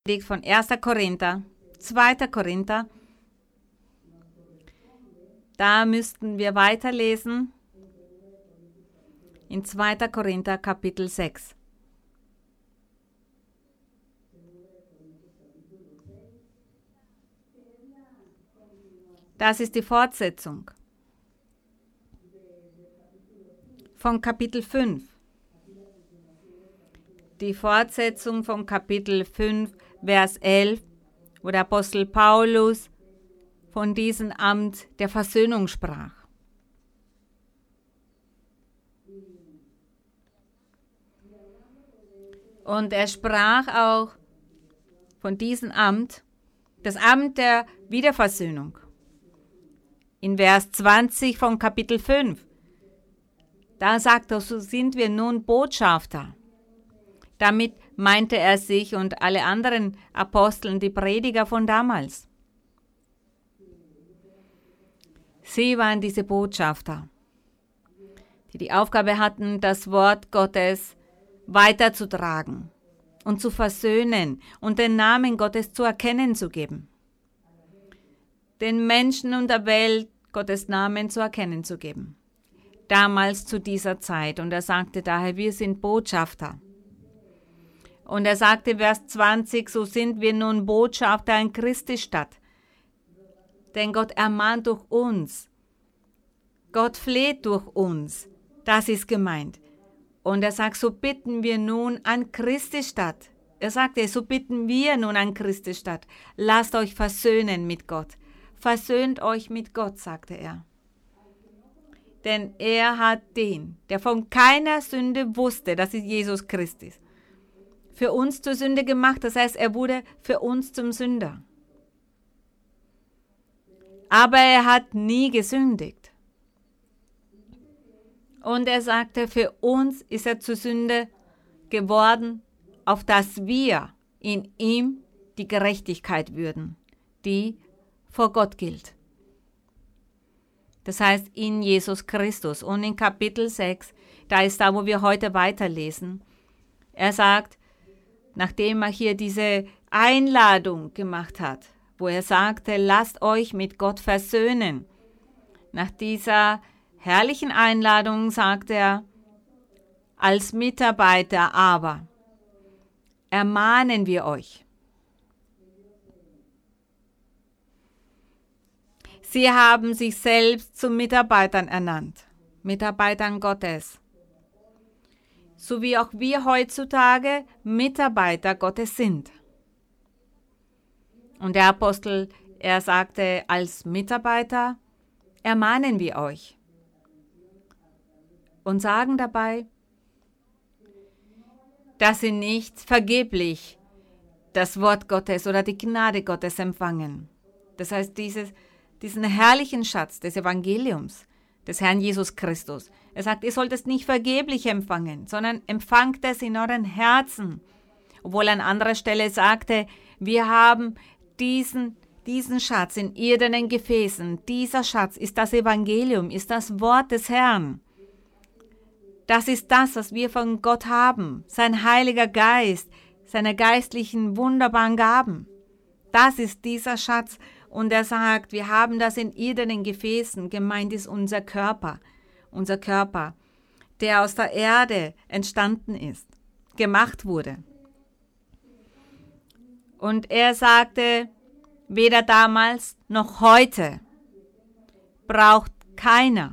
von 1. Korinther, 2. Korinther. Da müssten wir weiterlesen in 2. Korinther Kapitel 6. Das ist die Fortsetzung von Kapitel 5. Die Fortsetzung von Kapitel 5, Vers 11, wo der Apostel Paulus von diesem Amt der Versöhnung sprach. Und er sprach auch von diesem Amt, das Amt der Wiederversöhnung. In Vers 20 von Kapitel 5, da sagt er, so sind wir nun Botschafter. Damit meinte er sich und alle anderen Aposteln, die Prediger von damals. Sie waren diese Botschafter, die die Aufgabe hatten, das Wort Gottes weiterzutragen und zu versöhnen und den Namen Gottes zu erkennen zu geben. Den Menschen und der Welt Gottes Namen zu erkennen zu geben. Damals zu dieser Zeit. Und er sagte daher, wir sind Botschafter. Und er sagte, Vers 20, so sind wir nun Botschafter in Christi Stadt. Denn Gott ermahnt durch uns. Gott fleht durch uns. Das ist gemeint. Und er sagt, so bitten wir nun an Christi Stadt. Er sagte, so bitten wir nun an Christi Stadt. Lasst euch versöhnen mit Gott. Versöhnt euch mit Gott, sagte er. Denn er hat den, der von keiner Sünde wusste, das ist Jesus Christus, für uns zur Sünde gemacht. Das heißt, er wurde für uns zum Sünder. Aber er hat nie gesündigt. Und er sagte, für uns ist er zur Sünde geworden, auf dass wir in ihm die Gerechtigkeit würden, die vor Gott gilt. Das heißt, in Jesus Christus. Und in Kapitel 6, da ist da, wo wir heute weiterlesen, er sagt, nachdem er hier diese Einladung gemacht hat, wo er sagte, lasst euch mit Gott versöhnen. Nach dieser herrlichen Einladung sagt er, als Mitarbeiter aber ermahnen wir euch. Sie haben sich selbst zu Mitarbeitern ernannt, Mitarbeitern Gottes, so wie auch wir heutzutage Mitarbeiter Gottes sind. Und der Apostel, er sagte, als Mitarbeiter ermahnen wir euch und sagen dabei, dass sie nicht vergeblich das Wort Gottes oder die Gnade Gottes empfangen. Das heißt, diesen herrlichen Schatz des Evangeliums, des Herrn Jesus Christus. Er sagt, ihr sollt es nicht vergeblich empfangen, sondern empfangt es in euren Herzen. Obwohl an anderer Stelle sagte, wir haben diesen Schatz in irdenen Gefäßen. Dieser Schatz ist das Evangelium, ist das Wort des Herrn. Das ist das, was wir von Gott haben. Sein Heiliger Geist, seine geistlichen, wunderbaren Gaben. Das ist dieser Schatz. Und er sagt, wir haben das in irdenen Gefäßen. Gemeint ist unser Körper, der aus der Erde entstanden ist, gemacht wurde. Und er sagte, weder damals noch heute braucht keiner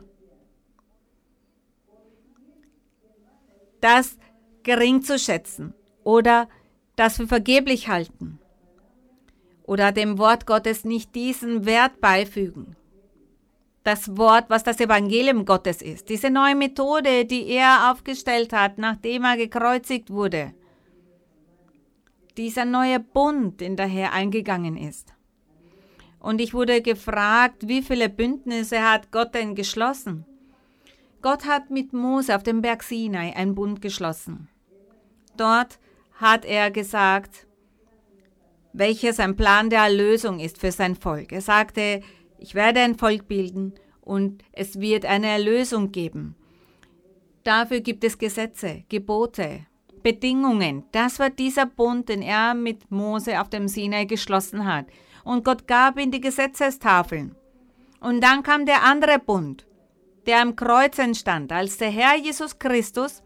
das gering zu schätzen oder das für vergeblich halten oder dem Wort Gottes nicht diesen Wert beifügen. Das Wort, was das Evangelium Gottes ist, diese neue Methode, die er aufgestellt hat, nachdem er gekreuzigt wurde, dieser neue Bund, in der er eingegangen ist. Und ich wurde gefragt, wie viele Bündnisse hat Gott denn geschlossen? Gott hat mit Mose auf dem Berg Sinai einen Bund geschlossen. Dort hat er gesagt, welcher sein Plan der Erlösung ist für sein Volk. Er sagte, ich werde ein Volk bilden und es wird eine Erlösung geben. Dafür gibt es Gesetze, Gebote, Bedingungen. Das war dieser Bund, den er mit Mose auf dem Sinai geschlossen hat. Und Gott gab ihm die Gesetzestafeln. Und dann kam der andere Bund, der am Kreuz entstand, als der Herr Jesus Christus,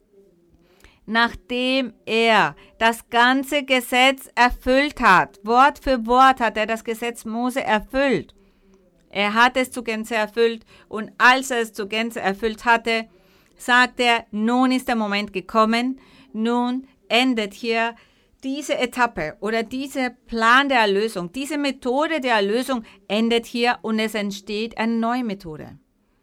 nachdem er das ganze Gesetz erfüllt hat, Wort für Wort hat er das Gesetz Mose erfüllt. Er hat es zu Gänze erfüllt und als er es zu Gänze erfüllt hatte, sagt er, nun ist der Moment gekommen, nun endet hier diese Etappe oder dieser Plan der Erlösung, diese Methode der Erlösung endet hier und es entsteht eine neue Methode.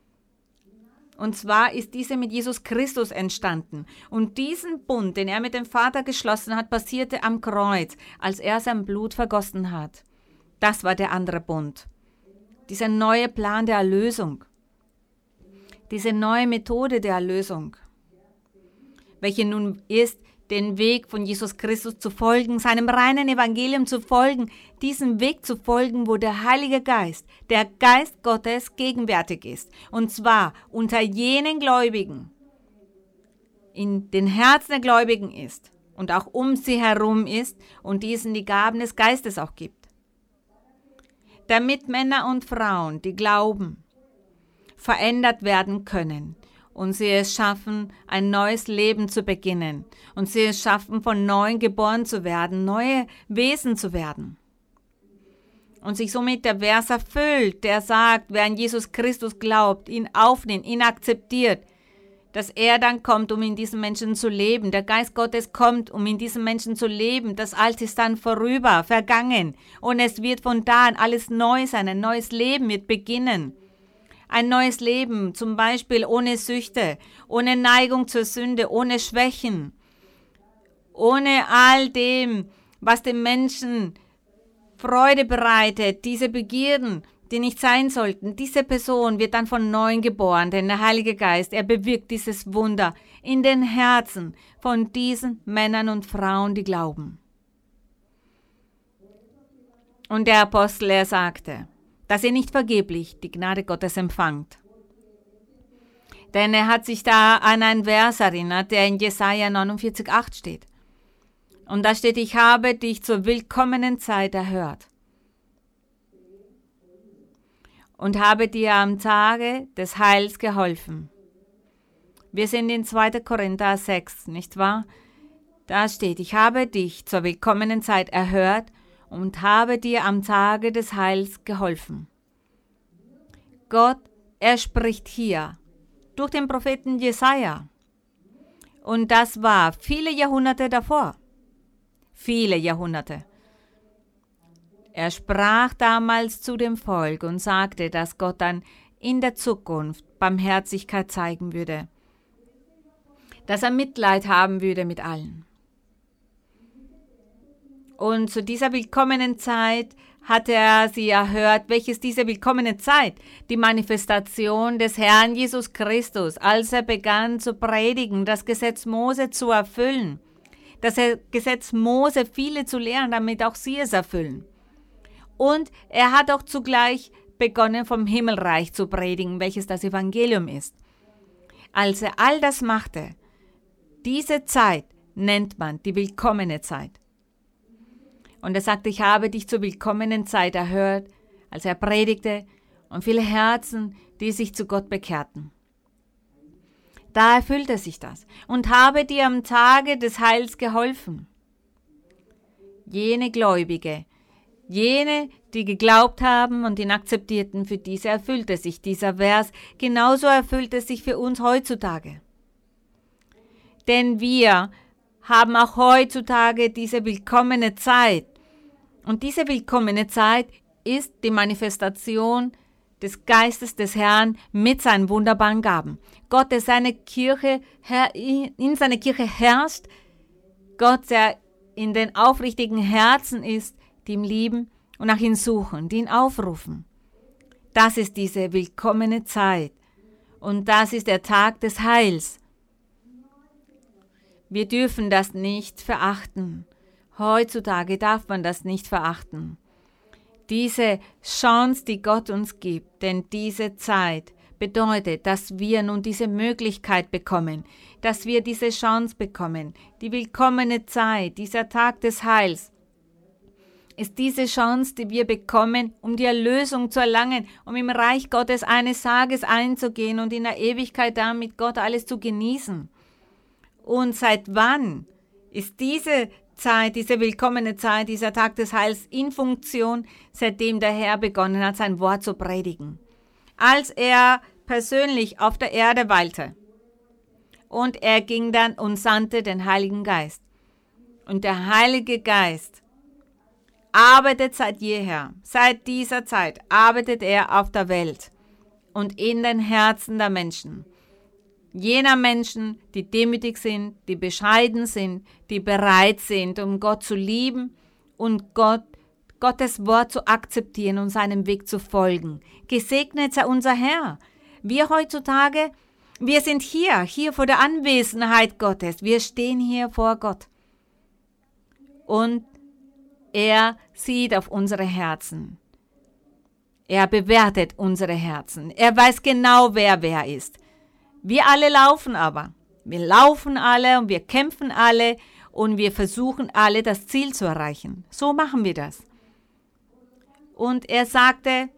Und zwar ist diese mit Jesus Christus entstanden. Und diesen Bund, den er mit dem Vater geschlossen hat, passierte am Kreuz, als er sein Blut vergossen hat. Das war der andere Bund. Dieser neue Plan der Erlösung. Diese neue Methode der Erlösung, welche nun ist, den Weg von Jesus Christus zu folgen, seinem reinen Evangelium zu folgen, diesen Weg zu folgen, wo der Heilige Geist, der Geist Gottes gegenwärtig ist. Und zwar unter jenen Gläubigen, in den Herzen der Gläubigen ist und auch um sie herum ist und diesen die Gaben des Geistes auch gibt. Damit Männer und Frauen, die glauben, verändert werden können und sie es schaffen, ein neues Leben zu beginnen und sie es schaffen, von Neuem geboren zu werden, neue Wesen zu werden. Und sich somit der Vers erfüllt, der sagt, wer an Jesus Christus glaubt, ihn aufnimmt, ihn akzeptiert, dass er dann kommt, um in diesen Menschen zu leben. Der Geist Gottes kommt, um in diesen Menschen zu leben. Das Alte ist dann vorüber, vergangen und es wird von da an alles neu sein, ein neues Leben wird beginnen. Ein neues Leben, zum Beispiel ohne Süchte, ohne Neigung zur Sünde, ohne Schwächen, ohne all dem, was dem Menschen Freude bereitet, diese Begierden, die nicht sein sollten. Diese Person wird dann von Neuem geboren, denn der Heilige Geist, er bewirkt dieses Wunder in den Herzen von diesen Männern und Frauen, die glauben. Und der Apostel, er sagte, dass ihr nicht vergeblich die Gnade Gottes empfangt. Denn er hat sich da an einen Vers erinnert, der in Jesaja 49,8 steht. Und da steht, ich habe dich zur willkommenen Zeit erhört und habe dir am Tage des Heils geholfen. Wir sind in 2. Korinther 6, nicht wahr? Da steht, ich habe dich zur willkommenen Zeit erhört und habe dir am Tage des Heils geholfen. Gott, er spricht hier durch den Propheten Jesaja. Und das war viele Jahrhunderte davor. Viele Jahrhunderte. Er sprach damals zu dem Volk und sagte, dass Gott dann in der Zukunft Barmherzigkeit zeigen würde. Dass er Mitleid haben würde mit allen. Und zu dieser willkommenen Zeit hatte er sie erhört. Welches diese willkommene Zeit? Die Manifestation des Herrn Jesus Christus, als er begann zu predigen, das Gesetz Mose zu erfüllen. Das Gesetz Mose viele zu lehren, damit auch sie es erfüllen. Und er hat auch zugleich begonnen, vom Himmelreich zu predigen, welches das Evangelium ist. Als er all das machte, diese Zeit nennt man die willkommene Zeit. Und er sagte, ich habe dich zur willkommenen Zeit erhört, als er predigte und viele Herzen, die sich zu Gott bekehrten. Da erfüllte sich das und habe dir am Tage des Heils geholfen. Jene Gläubige, jene, die geglaubt haben und ihn akzeptierten, für diese erfüllte sich dieser Vers, genauso erfüllt es sich für uns heutzutage. Denn wir haben auch heutzutage diese willkommene Zeit. Und diese willkommene Zeit ist die Manifestation des Geistes des Herrn mit seinen wunderbaren Gaben. Gott, der in seine Kirche herrscht, Gott, der in den aufrichtigen Herzen ist, die ihn lieben und nach ihm suchen, die ihn aufrufen. Das ist diese willkommene Zeit und das ist der Tag des Heils. Wir dürfen das nicht verachten. Heutzutage darf man das nicht verachten. Diese Chance, die Gott uns gibt, denn diese Zeit bedeutet, dass wir nun diese Möglichkeit bekommen, dass wir diese Chance bekommen. Die willkommene Zeit, dieser Tag des Heils, ist diese Chance, die wir bekommen, um die Erlösung zu erlangen, um im Reich Gottes eines Tages einzugehen und in der Ewigkeit da mit Gott alles zu genießen. Und seit wann ist diese Zeit, diese willkommene Zeit, dieser Tag des Heils in Funktion, seitdem der Herr begonnen hat, sein Wort zu predigen? Als er persönlich auf der Erde weilte. Und er ging dann und sandte den Heiligen Geist. Und der Heilige Geist arbeitet seit jeher, seit dieser Zeit, arbeitet er auf der Welt und in den Herzen der Menschen. Jener Menschen, die demütig sind, die bescheiden sind, die bereit sind, um Gott zu lieben und Gottes Wort zu akzeptieren und seinem Weg zu folgen. Gesegnet sei unser Herr. Wir heutzutage, wir sind hier vor der Anwesenheit Gottes. Wir stehen hier vor Gott. Und er sieht auf unsere Herzen. Er bewertet unsere Herzen. Er weiß genau, wer ist. Wir alle laufen aber. Wir laufen alle und wir kämpfen alle und wir versuchen alle, das Ziel zu erreichen. So machen wir das. Und er sagte,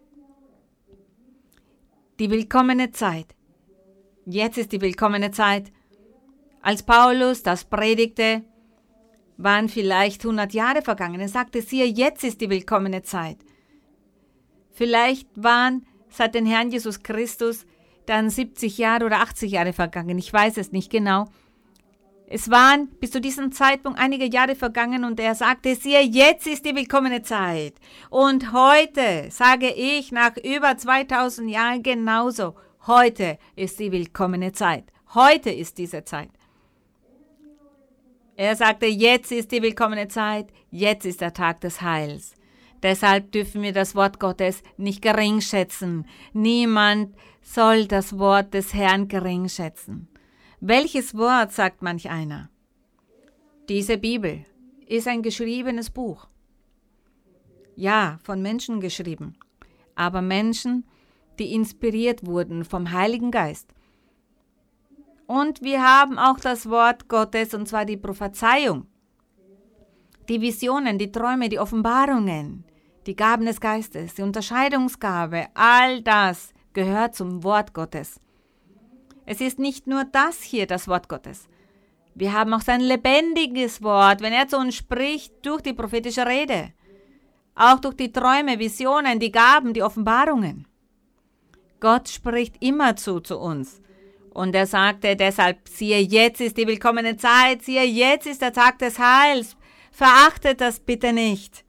die willkommene Zeit. Jetzt ist die willkommene Zeit. Als Paulus das predigte, waren vielleicht 100 Jahre vergangen. Er sagte, siehe, jetzt ist die willkommene Zeit. Vielleicht waren seit dem Herrn Jesus Christus dann 70 Jahre oder 80 Jahre vergangen. Ich weiß es nicht genau. Es waren bis zu diesem Zeitpunkt einige Jahre vergangen und er sagte, siehe, jetzt ist die willkommene Zeit. Und heute sage ich nach über 2000 Jahren genauso, heute ist die willkommene Zeit. Heute ist diese Zeit. Er sagte, jetzt ist die willkommene Zeit, jetzt ist der Tag des Heils. Deshalb dürfen wir das Wort Gottes nicht gering schätzen. Niemand soll das Wort des Herrn gering schätzen. Welches Wort, sagt manch einer? Diese Bibel ist ein geschriebenes Buch. Ja, von Menschen geschrieben, aber Menschen, die inspiriert wurden vom Heiligen Geist. Und wir haben auch das Wort Gottes, und zwar die Prophezeiung, die Visionen, die Träume, die Offenbarungen, die Gaben des Geistes, die Unterscheidungsgabe, all das gehört zum Wort Gottes. Es ist nicht nur das hier, das Wort Gottes. Wir haben auch sein lebendiges Wort, wenn er zu uns spricht, durch die prophetische Rede. Auch durch die Träume, Visionen, die Gaben, die Offenbarungen. Gott spricht immer zu uns. Und er sagte deshalb, siehe, jetzt ist die willkommene Zeit, siehe, jetzt ist der Tag des Heils. Verachtet das bitte nicht.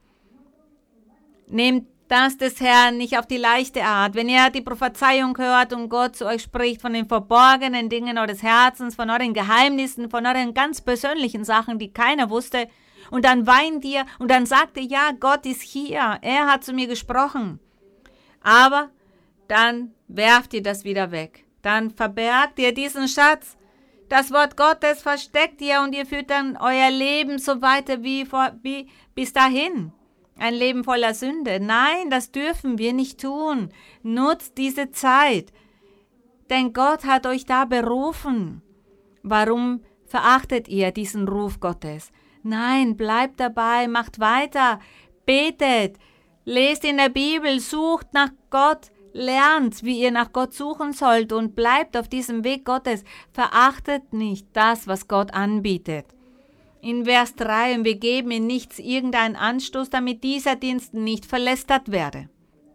Nehmt das des Herrn nicht auf die leichte Art. Wenn ihr die Prophezeiung hört und Gott zu euch spricht von den verborgenen Dingen eures Herzens, von euren Geheimnissen, von euren ganz persönlichen Sachen, die keiner wusste, und dann weint ihr und dann sagt ihr, ja, Gott ist hier, er hat zu mir gesprochen. Aber dann werft ihr das wieder weg. Dann verbergt ihr diesen Schatz. Das Wort Gottes versteckt ihr und ihr führt dann euer Leben so weiter wie bis dahin. Ein Leben voller Sünde. Nein, das dürfen wir nicht tun. Nutzt diese Zeit. Denn Gott hat euch da berufen. Warum verachtet ihr diesen Ruf Gottes? Nein, bleibt dabei, macht weiter, betet, lest in der Bibel, sucht nach Gott, lernt, wie ihr nach Gott suchen sollt und bleibt auf diesem Weg Gottes. Verachtet nicht das, was Gott anbietet. In Vers 3, und wir geben in nichts irgendeinen Anstoß, damit dieser Dienst nicht verlästert werde.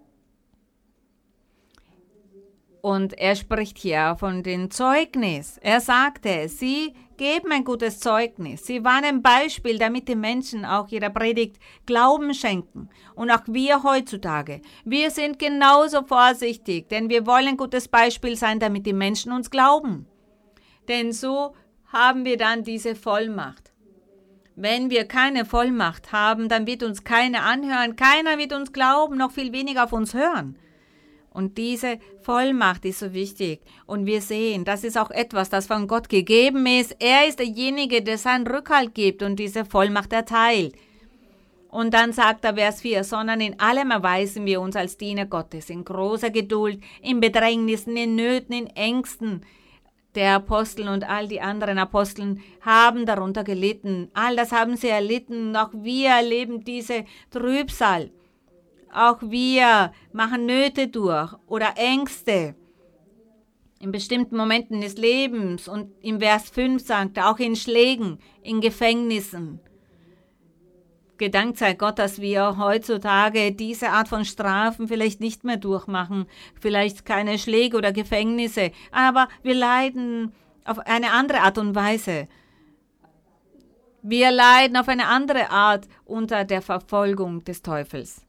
Und er spricht hier von dem Zeugnis. Er sagte, sie geben ein gutes Zeugnis. Sie waren ein Beispiel, damit die Menschen auch ihrer Predigt Glauben schenken. Und auch wir heutzutage. Wir sind genauso vorsichtig, denn wir wollen ein gutes Beispiel sein, damit die Menschen uns glauben. Denn so haben wir dann diese Vollmacht. Wenn wir keine Vollmacht haben, dann wird uns keiner anhören, keiner wird uns glauben, noch viel weniger auf uns hören. Und diese Vollmacht ist so wichtig. Und wir sehen, das ist auch etwas, das von Gott gegeben ist. Er ist derjenige, der seinen Rückhalt gibt und diese Vollmacht erteilt. Und dann sagt er Vers 4, sondern in allem erweisen wir uns als Diener Gottes, in großer Geduld, in Bedrängnissen, in Nöten, in Ängsten. Der Apostel und all die anderen Aposteln haben darunter gelitten. All das haben sie erlitten. Auch wir erleben diese Trübsal. Auch wir machen Nöte durch oder Ängste in bestimmten Momenten des Lebens. Und im Vers 5 sagt er, auch in Schlägen, in Gefängnissen. Gedankt sei Gott, dass wir heutzutage diese Art von Strafen vielleicht nicht mehr durchmachen, vielleicht keine Schläge oder Gefängnisse, aber wir leiden auf eine andere Art und Weise. Wir leiden auf eine andere Art unter der Verfolgung des Teufels.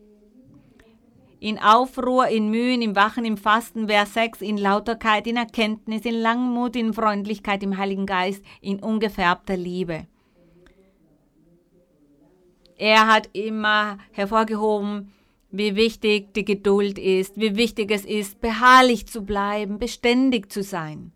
In Aufruhr, in Mühen, im Wachen, im Fasten, Vers 6, in Lauterkeit, in Erkenntnis, in Langmut, in Freundlichkeit, im Heiligen Geist, in ungefärbter Liebe. Er hat immer hervorgehoben, wie wichtig die Geduld ist, wie wichtig es ist, beharrlich zu bleiben, beständig zu sein.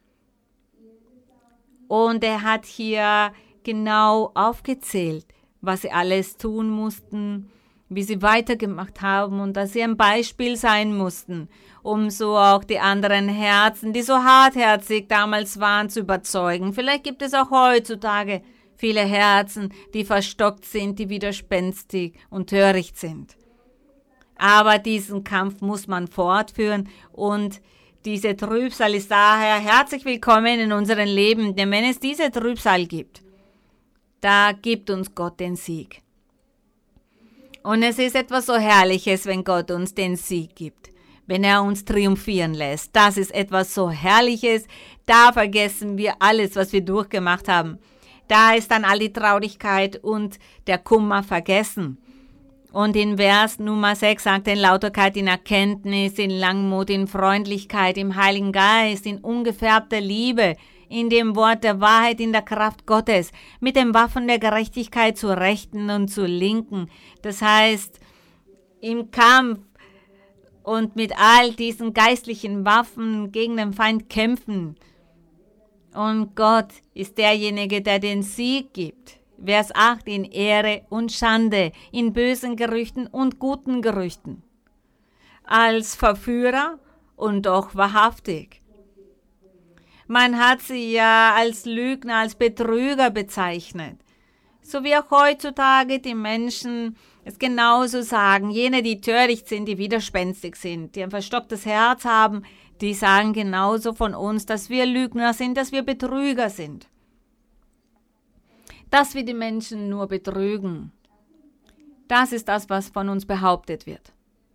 Und er hat hier genau aufgezählt, was sie alles tun mussten, wie sie weitergemacht haben und dass sie ein Beispiel sein mussten, um so auch die anderen Herzen, die so hartherzig damals waren, zu überzeugen. Vielleicht gibt es auch heutzutage viele Herzen, die verstockt sind, die widerspenstig und töricht sind. Aber diesen Kampf muss man fortführen und diese Trübsal ist daher herzlich willkommen in unserem Leben, denn wenn es diese Trübsal gibt, da gibt uns Gott den Sieg. Und es ist etwas so Herrliches, wenn Gott uns den Sieg gibt, wenn er uns triumphieren lässt. Das ist etwas so Herrliches, da vergessen wir alles, was wir durchgemacht haben. Da ist dann all die Traurigkeit und der Kummer vergessen. Und in Vers Nummer 6 sagt er in Lauterkeit, in Erkenntnis, in Langmut, in Freundlichkeit, im Heiligen Geist, in ungefärbter Liebe, in dem Wort der Wahrheit, in der Kraft Gottes, mit den Waffen der Gerechtigkeit zur Rechten und zur Linken. Das heißt, im Kampf und mit all diesen geistlichen Waffen gegen den Feind kämpfen. Und Gott ist derjenige, der den Sieg gibt. Vers 8, in Ehre und Schande, in bösen Gerüchten und guten Gerüchten. Als Verführer und doch wahrhaftig. Man hat sie ja als Lügner, als Betrüger bezeichnet. So wie auch heutzutage die Menschen es genauso sagen. Jene, die töricht sind, die widerspenstig sind, die ein verstocktes Herz haben, die sagen genauso von uns, dass wir Lügner sind, dass wir Betrüger sind. Dass wir die Menschen nur betrügen. Das ist das, was von uns behauptet wird.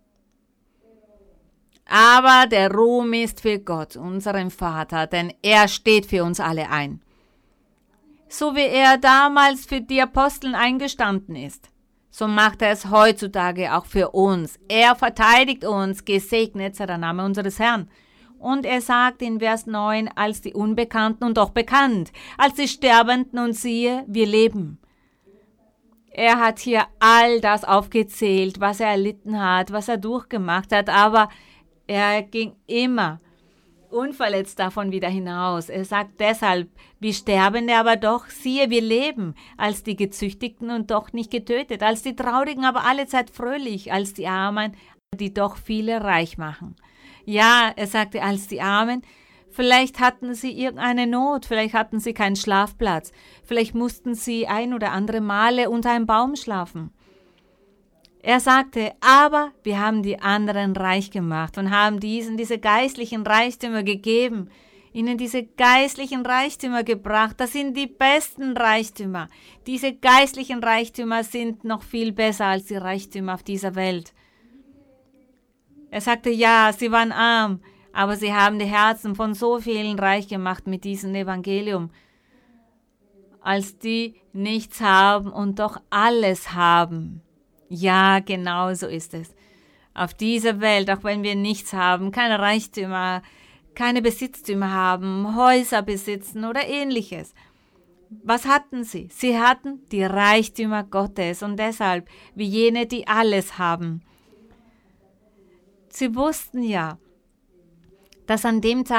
Aber der Ruhm ist für Gott, unseren Vater, denn er steht für uns alle ein. So wie er damals für die Aposteln eingestanden ist, so macht er es heutzutage auch für uns. Er verteidigt uns, gesegnet sei der Name unseres Herrn. Und er sagt in Vers 9, als die Unbekannten und doch bekannt, als die Sterbenden und siehe, wir leben. Er hat hier all das aufgezählt, was er erlitten hat, was er durchgemacht hat, aber er ging immer unverletzt davon wieder hinaus. Er sagt deshalb, wie Sterbende, aber doch, siehe, wir leben, als die Gezüchtigten und doch nicht getötet, als die Traurigen, aber allezeit fröhlich, als die Armen, die doch viele reich machen. Ja, er sagte, als die Armen, vielleicht hatten sie irgendeine Not, vielleicht hatten sie keinen Schlafplatz, vielleicht mussten sie ein oder andere Male unter einem Baum schlafen. Er sagte, aber wir haben die anderen reich gemacht und haben diese geistlichen Reichtümer gegeben, ihnen diese geistlichen Reichtümer gebracht. Das sind die besten Reichtümer. Diese geistlichen Reichtümer sind noch viel besser als die Reichtümer auf dieser Welt. Er sagte, ja, sie waren arm, aber sie haben die Herzen von so vielen reich gemacht mit diesem Evangelium, als die nichts haben und doch alles haben. Ja, genau so ist es. Auf dieser Welt, auch wenn wir nichts haben, keine Reichtümer, keine Besitztümer haben, Häuser besitzen oder ähnliches. Was hatten sie? Sie hatten die Reichtümer Gottes und deshalb wie jene, die alles haben. Sie wussten ja, dass an dem Tag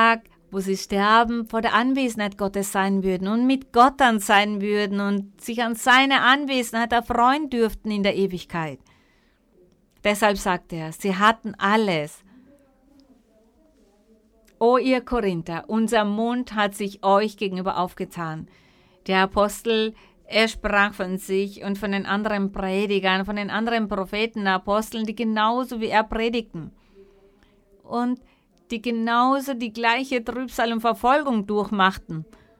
wo sie sterben, vor der Anwesenheit Gottes sein würden und mit Gott dann sein würden und sich an seine Anwesenheit erfreuen dürften in der Ewigkeit. Deshalb sagt er, sie hatten alles. O ihr Korinther, unser Mund hat sich euch gegenüber aufgetan. Der Apostel, er sprach von sich und von den anderen Predigern, von den anderen Propheten, Aposteln, die genauso wie er predigten. Und die genauso die gleiche Trübsal und Verfolgung durchmachten.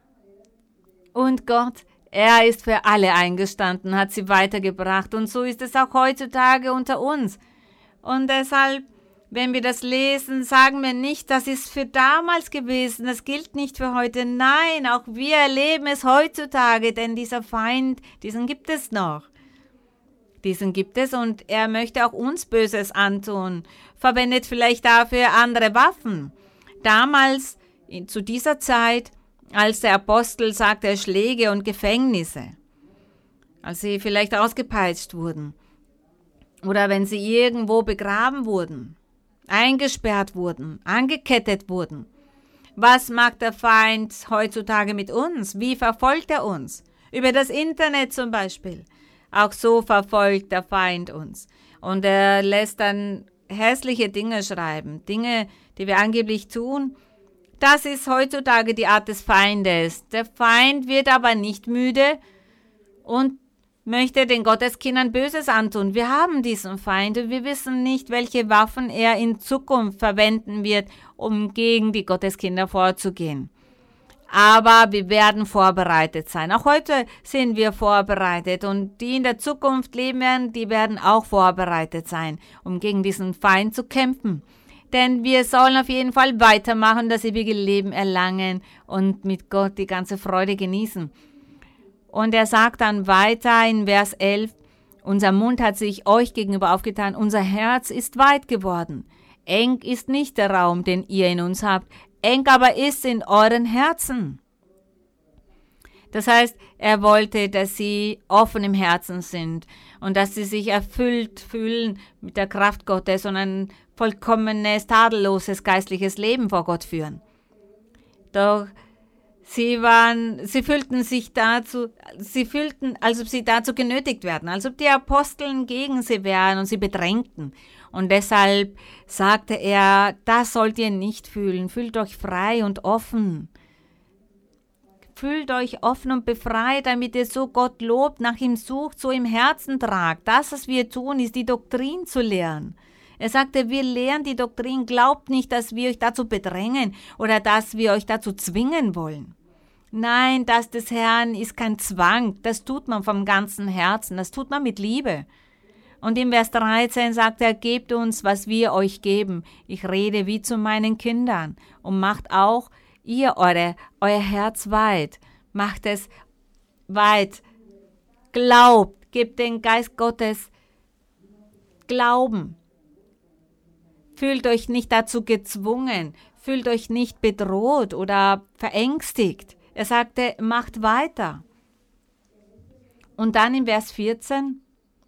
Und Gott, er ist für alle eingestanden, hat sie weitergebracht. Und so ist es auch heutzutage unter uns. Und deshalb, wenn wir das lesen, sagen wir nicht, das ist für damals gewesen, das gilt nicht für heute. Nein, auch wir erleben es heutzutage, denn dieser Feind, diesen gibt es noch. Diesen gibt es und er möchte auch uns Böses antun, verwendet vielleicht dafür andere Waffen. Damals, zu dieser Zeit, als der Apostel sagte, Schläge und Gefängnisse, als sie vielleicht ausgepeitscht wurden oder wenn sie irgendwo begraben wurden, eingesperrt wurden, angekettet wurden. Was macht der Feind heutzutage mit uns? Wie verfolgt er uns? Über das Internet zum Beispiel. Auch so verfolgt der Feind uns. Und er lässt dann hässliche Dinge schreiben, Dinge, die wir angeblich tun. Das ist heutzutage die Art des Feindes. Der Feind wird aber nicht müde und möchte den Gotteskindern Böses antun. Wir haben diesen Feind und wir wissen nicht, welche Waffen er in Zukunft verwenden wird, um gegen die Gotteskinder vorzugehen. Aber wir werden vorbereitet sein. Auch heute sind wir vorbereitet und die in der Zukunft leben werden, die werden auch vorbereitet sein, um gegen diesen Feind zu kämpfen. Denn wir sollen auf jeden Fall weitermachen, das ewige Leben erlangen und mit Gott die ganze Freude genießen. Und er sagt dann weiter in Vers 11, unser Mund hat sich euch gegenüber aufgetan, unser Herz ist weit geworden. Eng ist nicht der Raum, den ihr in uns habt, eng aber ist in euren Herzen. Das heißt, er wollte, dass sie offen im Herzen sind und dass sie sich erfüllt fühlen mit der Kraft Gottes und ein vollkommenes, tadelloses geistliches Leben vor Gott führen. Doch sie fühlten, als ob sie dazu genötigt werden, als ob die Aposteln gegen sie wären und sie bedrängten. Und deshalb sagte er, das sollt ihr nicht fühlen. Fühlt euch frei und offen. Fühlt euch offen und befreit, damit ihr so Gott lobt, nach ihm sucht, so im Herzen tragt. Das, was wir tun, ist die Doktrin zu lehren. Er sagte, wir lehren die Doktrin. Glaubt nicht, dass wir euch dazu bedrängen oder dass wir euch dazu zwingen wollen. Nein, das des Herrn ist kein Zwang. Das tut man vom ganzen Herzen. Das tut man mit Liebe. Und im Vers 13 sagt er, gebt uns, was wir euch geben. Ich rede wie zu meinen Kindern. Und macht auch ihr euer Herz weit. Macht es weit. Glaubt. Gebt den Geist Gottes Glauben. Fühlt euch nicht dazu gezwungen. Fühlt euch nicht bedroht oder verängstigt. Er sagte, macht weiter. Und dann im Vers 14,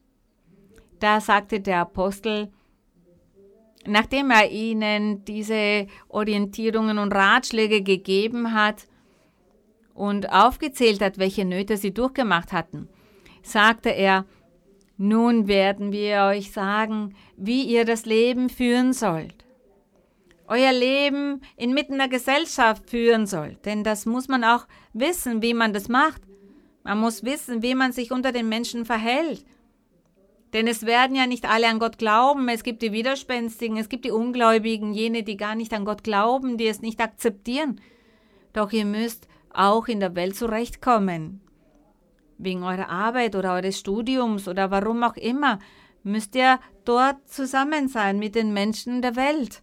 da sagte der Apostel, nachdem er ihnen diese Orientierungen und Ratschläge gegeben hat und aufgezählt hat, welche Nöte sie durchgemacht hatten, sagte er, nun werden wir euch sagen, wie ihr das Leben führen sollt. Euer Leben inmitten der Gesellschaft führen sollt, denn das muss man auch wissen, wie man das macht. Man muss wissen, wie man sich unter den Menschen verhält. Denn es werden ja nicht alle an Gott glauben. Es gibt die Widerspenstigen, es gibt die Ungläubigen, jene, die gar nicht an Gott glauben, die es nicht akzeptieren. Doch ihr müsst auch in der Welt zurechtkommen. Wegen eurer Arbeit oder eures Studiums oder warum auch immer, müsst ihr dort zusammen sein mit den Menschen der Welt.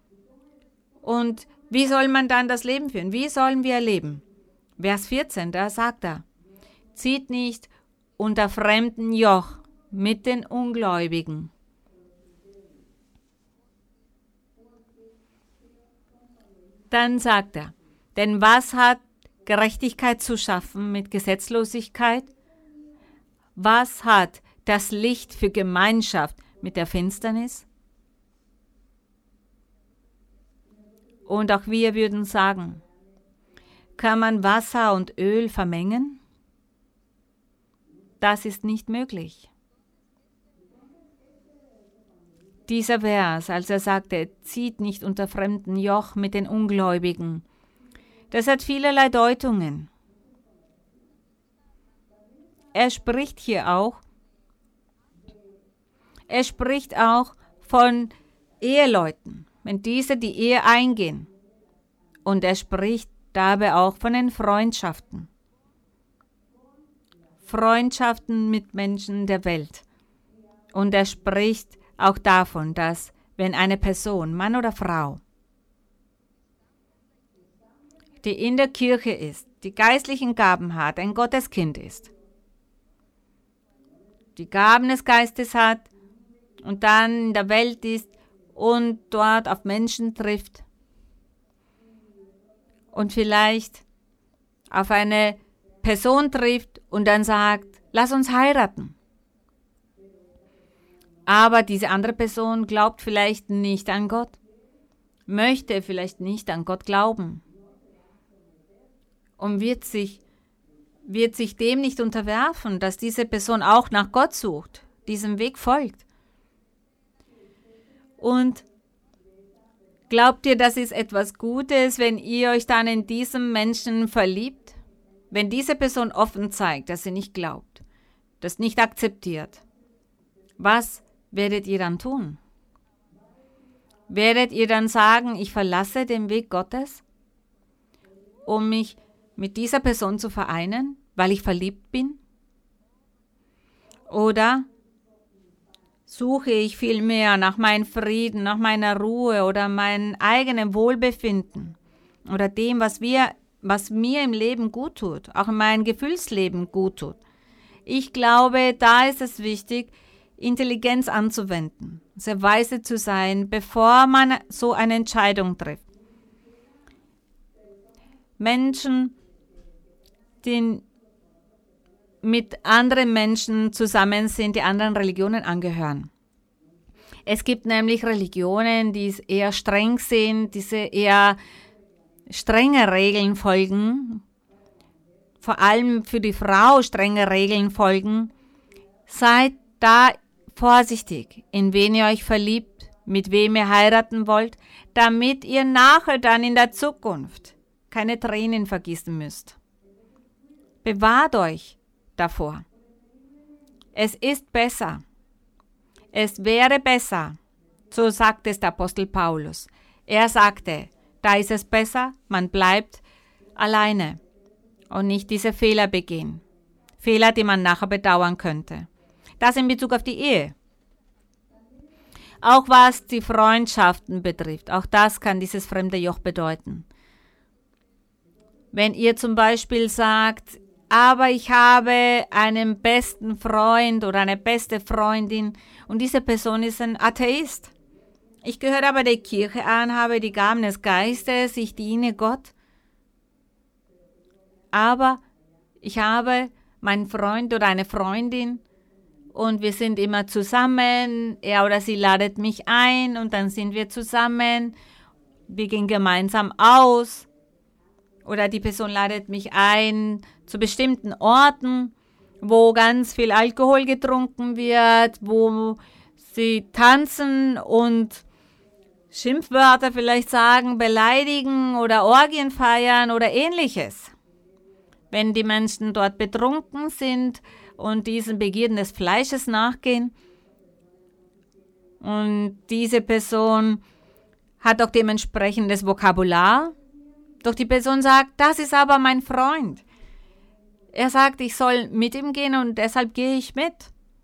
Und wie soll man dann das Leben führen? Wie sollen wir leben? Vers 14, da sagt er, zieht nicht unter fremden Joch mit den Ungläubigen. Dann sagt er, denn was hat Gerechtigkeit zu schaffen mit Gesetzlosigkeit? Was hat das Licht für Gemeinschaft mit der Finsternis? Und auch wir würden sagen, kann man Wasser und Öl vermengen? Das ist nicht möglich. Dieser Vers, als er sagte, zieht nicht unter fremden Joch mit den Ungläubigen, das hat vielerlei Deutungen. Er spricht auch von Eheleuten, wenn diese die Ehe eingehen. Und er spricht dabei auch von den Freundschaften. Freundschaften mit Menschen der Welt. Und er spricht auch davon, dass wenn eine Person, Mann oder Frau, die in der Kirche ist, die geistlichen Gaben hat, ein Gotteskind ist, die Gaben des Geistes hat und dann in der Welt ist und dort auf Menschen trifft und vielleicht auf eine Person trifft und dann sagt, lass uns heiraten. Aber diese andere Person glaubt vielleicht nicht an Gott, möchte vielleicht nicht an Gott glauben und wird sich dem nicht unterwerfen, dass diese Person auch nach Gott sucht, diesem Weg folgt. Und glaubt ihr, das ist etwas Gutes, wenn ihr euch dann in diesem Menschen verliebt? Wenn diese Person offen zeigt, dass sie nicht glaubt, das nicht akzeptiert, was werdet ihr dann tun? Werdet ihr dann sagen, ich verlasse den Weg Gottes, um mich mit dieser Person zu vereinen, weil ich verliebt bin? Oder suche ich vielmehr nach meinem Frieden, nach meiner Ruhe oder meinem eigenen Wohlbefinden oder dem, was mir im Leben gut tut, auch in meinem Gefühlsleben gut tut? Ich glaube, da ist es wichtig, Intelligenz anzuwenden, sehr weise zu sein, bevor man so eine Entscheidung trifft. Menschen, die mit anderen Menschen zusammen sind, die anderen Religionen angehören. Es gibt nämlich Religionen, die eher streng sind, diese eher strenge Regeln folgen, vor allem für die Frau strenge Regeln folgen. Seid da vorsichtig, in wen ihr euch verliebt, mit wem ihr heiraten wollt, damit ihr nachher dann in der Zukunft keine Tränen vergießen müsst. Bewahrt euch davor. Es ist besser. Es wäre besser, so sagt es der Apostel Paulus. Er sagte, da ist es besser, man bleibt alleine und nicht diese Fehler begehen. Fehler, die man nachher bedauern könnte. Das in Bezug auf die Ehe. Auch was die Freundschaften betrifft, auch das kann dieses fremde Joch bedeuten. Wenn ihr zum Beispiel sagt, aber ich habe einen besten Freund oder eine beste Freundin und diese Person ist ein Atheist. Ich gehöre aber der Kirche an, habe die Gaben des Geistes, ich diene Gott. Aber ich habe meinen Freund oder eine Freundin und wir sind immer zusammen, er oder sie ladet mich ein und dann sind wir zusammen, wir gehen gemeinsam aus oder die Person ladet mich ein zu bestimmten Orten, wo ganz viel Alkohol getrunken wird, wo sie tanzen und Schimpfwörter vielleicht sagen, beleidigen oder Orgien feiern oder ähnliches. Wenn die Menschen dort betrunken sind und diesen Begierden des Fleisches nachgehen und diese Person hat auch dementsprechendes Vokabular, doch die Person sagt, das ist aber mein Freund. Er sagt, ich soll mit ihm gehen und deshalb gehe ich mit.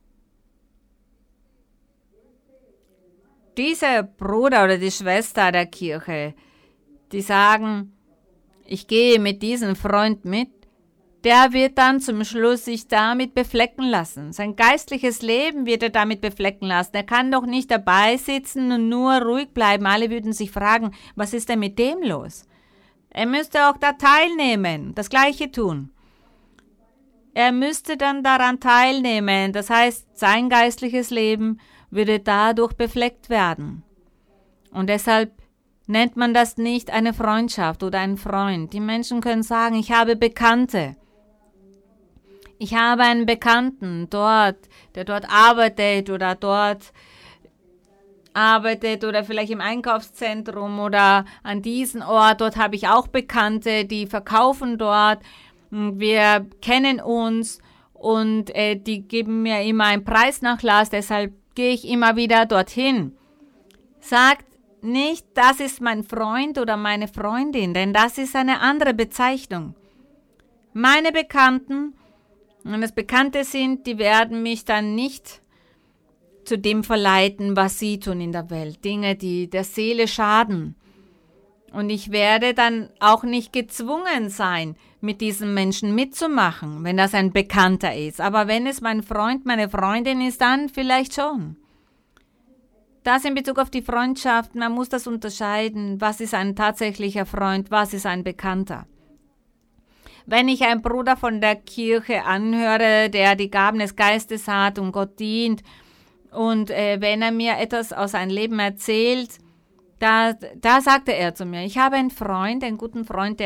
Dieser Bruder oder die Schwester der Kirche, die sagen, ich gehe mit diesem Freund mit, der wird dann zum Schluss sich damit beflecken lassen. Sein geistliches Leben wird er damit beflecken lassen. Er kann doch nicht dabei sitzen und nur ruhig bleiben. Alle würden sich fragen, was ist denn mit dem los? Er müsste auch da teilnehmen, das Gleiche tun. Er müsste dann daran teilnehmen. Das heißt, sein geistliches Leben würde dadurch befleckt werden. Und deshalb nennt man das nicht eine Freundschaft oder ein Freund. Die Menschen können sagen, ich habe Bekannte. Ich habe einen Bekannten dort, der dort arbeitet oder vielleicht im Einkaufszentrum oder an diesem Ort. Dort habe ich auch Bekannte, die verkaufen dort. Wir kennen uns und die geben mir immer einen Preisnachlass, deshalb gehe ich immer wieder dorthin. Sagt nicht, das ist mein Freund oder meine Freundin, denn das ist eine andere Bezeichnung. Meine Bekannten, wenn es Bekannte sind, die werden mich dann nicht zu dem verleiten, was sie tun in der Welt. Dinge, die der Seele schaden. Und ich werde dann auch nicht gezwungen sein, mit diesen Menschen mitzumachen, wenn das ein Bekannter ist. Aber wenn es mein Freund, meine Freundin ist, dann vielleicht schon. Das in Bezug auf die Freundschaft, man muss das unterscheiden. Was ist ein tatsächlicher Freund, was ist ein Bekannter? Wenn ich einen Bruder von der Kirche anhöre, der die Gaben des Geistes hat und Gott dient, und wenn er mir etwas aus seinem Leben erzählt, da sagte er zu mir, ich habe einen Freund, einen guten Freund,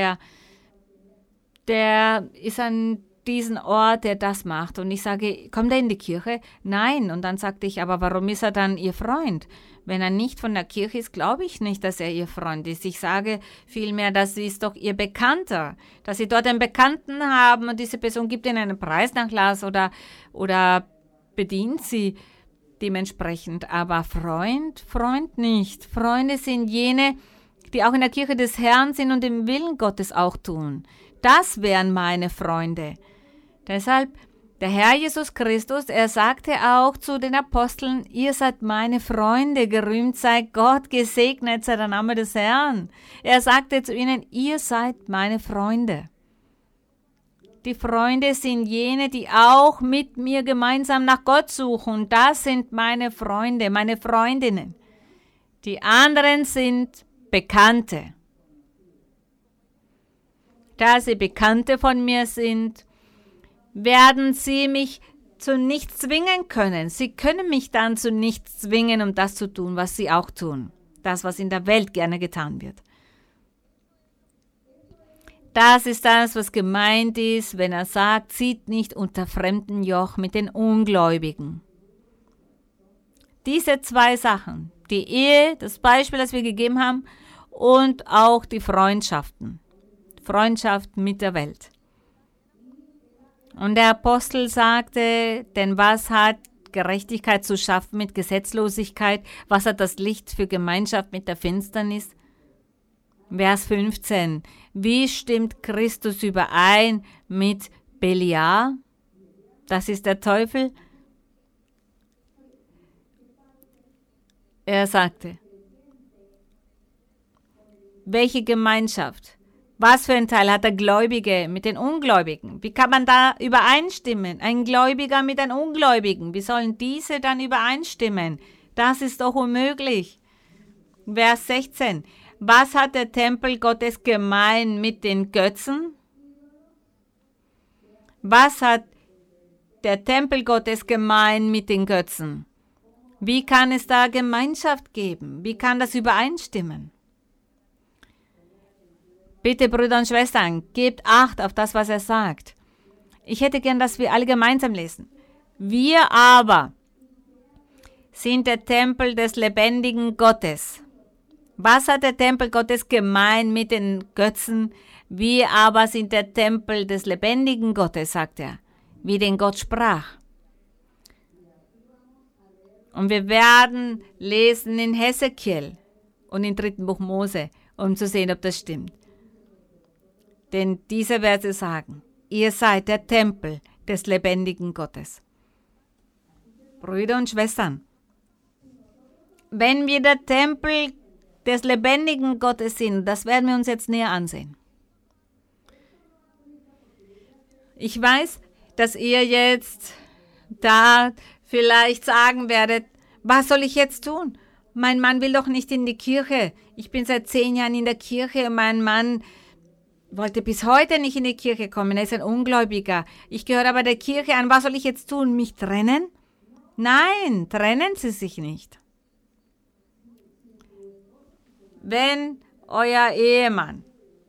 der ist an diesem Ort, der das macht. Und ich sage, kommt er in die Kirche? Nein. Und dann sagte ich, aber warum ist er dann Ihr Freund? Wenn er nicht von der Kirche ist, glaube ich nicht, dass er Ihr Freund ist. Ich sage vielmehr, das ist doch Ihr Bekannter. Dass Sie dort einen Bekannten haben und diese Person gibt Ihnen einen Preisnachlass oder bedient Sie dementsprechend. Aber Freund nicht. Freunde sind jene, die auch in der Kirche des Herrn sind und den Willen Gottes auch tun. Das wären meine Freunde. Deshalb, der Herr Jesus Christus, er sagte auch zu den Aposteln, ihr seid meine Freunde, gerühmt sei Gott, gesegnet sei der Name des Herrn. Er sagte zu ihnen, ihr seid meine Freunde. Die Freunde sind jene, die auch mit mir gemeinsam nach Gott suchen. Das sind meine Freunde, meine Freundinnen. Die anderen sind Bekannte. Da sie Bekannte von mir sind, werden sie mich zu nichts zwingen können. Sie können mich dann zu nichts zwingen, um das zu tun, was sie auch tun. Das, was in der Welt gerne getan wird. Das ist das, was gemeint ist, wenn er sagt, zieht nicht unter fremden Joch mit den Ungläubigen. Diese zwei Sachen, die Ehe, das Beispiel, das wir gegeben haben, und auch die Freundschaften. Freundschaft mit der Welt. Und der Apostel sagte, denn was hat Gerechtigkeit zu schaffen mit Gesetzlosigkeit? Was hat das Licht für Gemeinschaft mit der Finsternis? Vers 15. Wie stimmt Christus überein mit Beliar? Das ist der Teufel. Er sagte, welche Gemeinschaft? Was für ein Teil hat der Gläubige mit den Ungläubigen? Wie kann man da übereinstimmen? Ein Gläubiger mit einem Ungläubigen. Wie sollen diese dann übereinstimmen? Das ist doch unmöglich. Vers 16. Was hat der Tempel Gottes gemein mit den Götzen? Was hat der Tempel Gottes gemein mit den Götzen? Wie kann es da Gemeinschaft geben? Wie kann das übereinstimmen? Bitte, Brüder und Schwestern, gebt Acht auf das, was er sagt. Ich hätte gern, dass wir alle gemeinsam lesen. Wir aber sind der Tempel des lebendigen Gottes. Was hat der Tempel Gottes gemein mit den Götzen? Wir aber sind der Tempel des lebendigen Gottes, sagt er, wie denn Gott sprach. Und wir werden lesen in Hesekiel und im 3. Buch Mose, um zu sehen, ob das stimmt. Denn diese Verse sagen, ihr seid der Tempel des lebendigen Gottes. Brüder und Schwestern, wenn wir der Tempel des lebendigen Gottes sind, das werden wir uns jetzt näher ansehen. Ich weiß, dass ihr jetzt da vielleicht sagen werdet, was soll ich jetzt tun? Mein Mann will doch nicht in die Kirche. Ich bin seit 10 Jahren in der Kirche und mein Mann wollte bis heute nicht in die Kirche kommen. Er ist ein Ungläubiger. Ich gehöre aber der Kirche an. Was soll ich jetzt tun? Mich trennen? Nein, trennen Sie sich nicht. wenn euer Ehemann,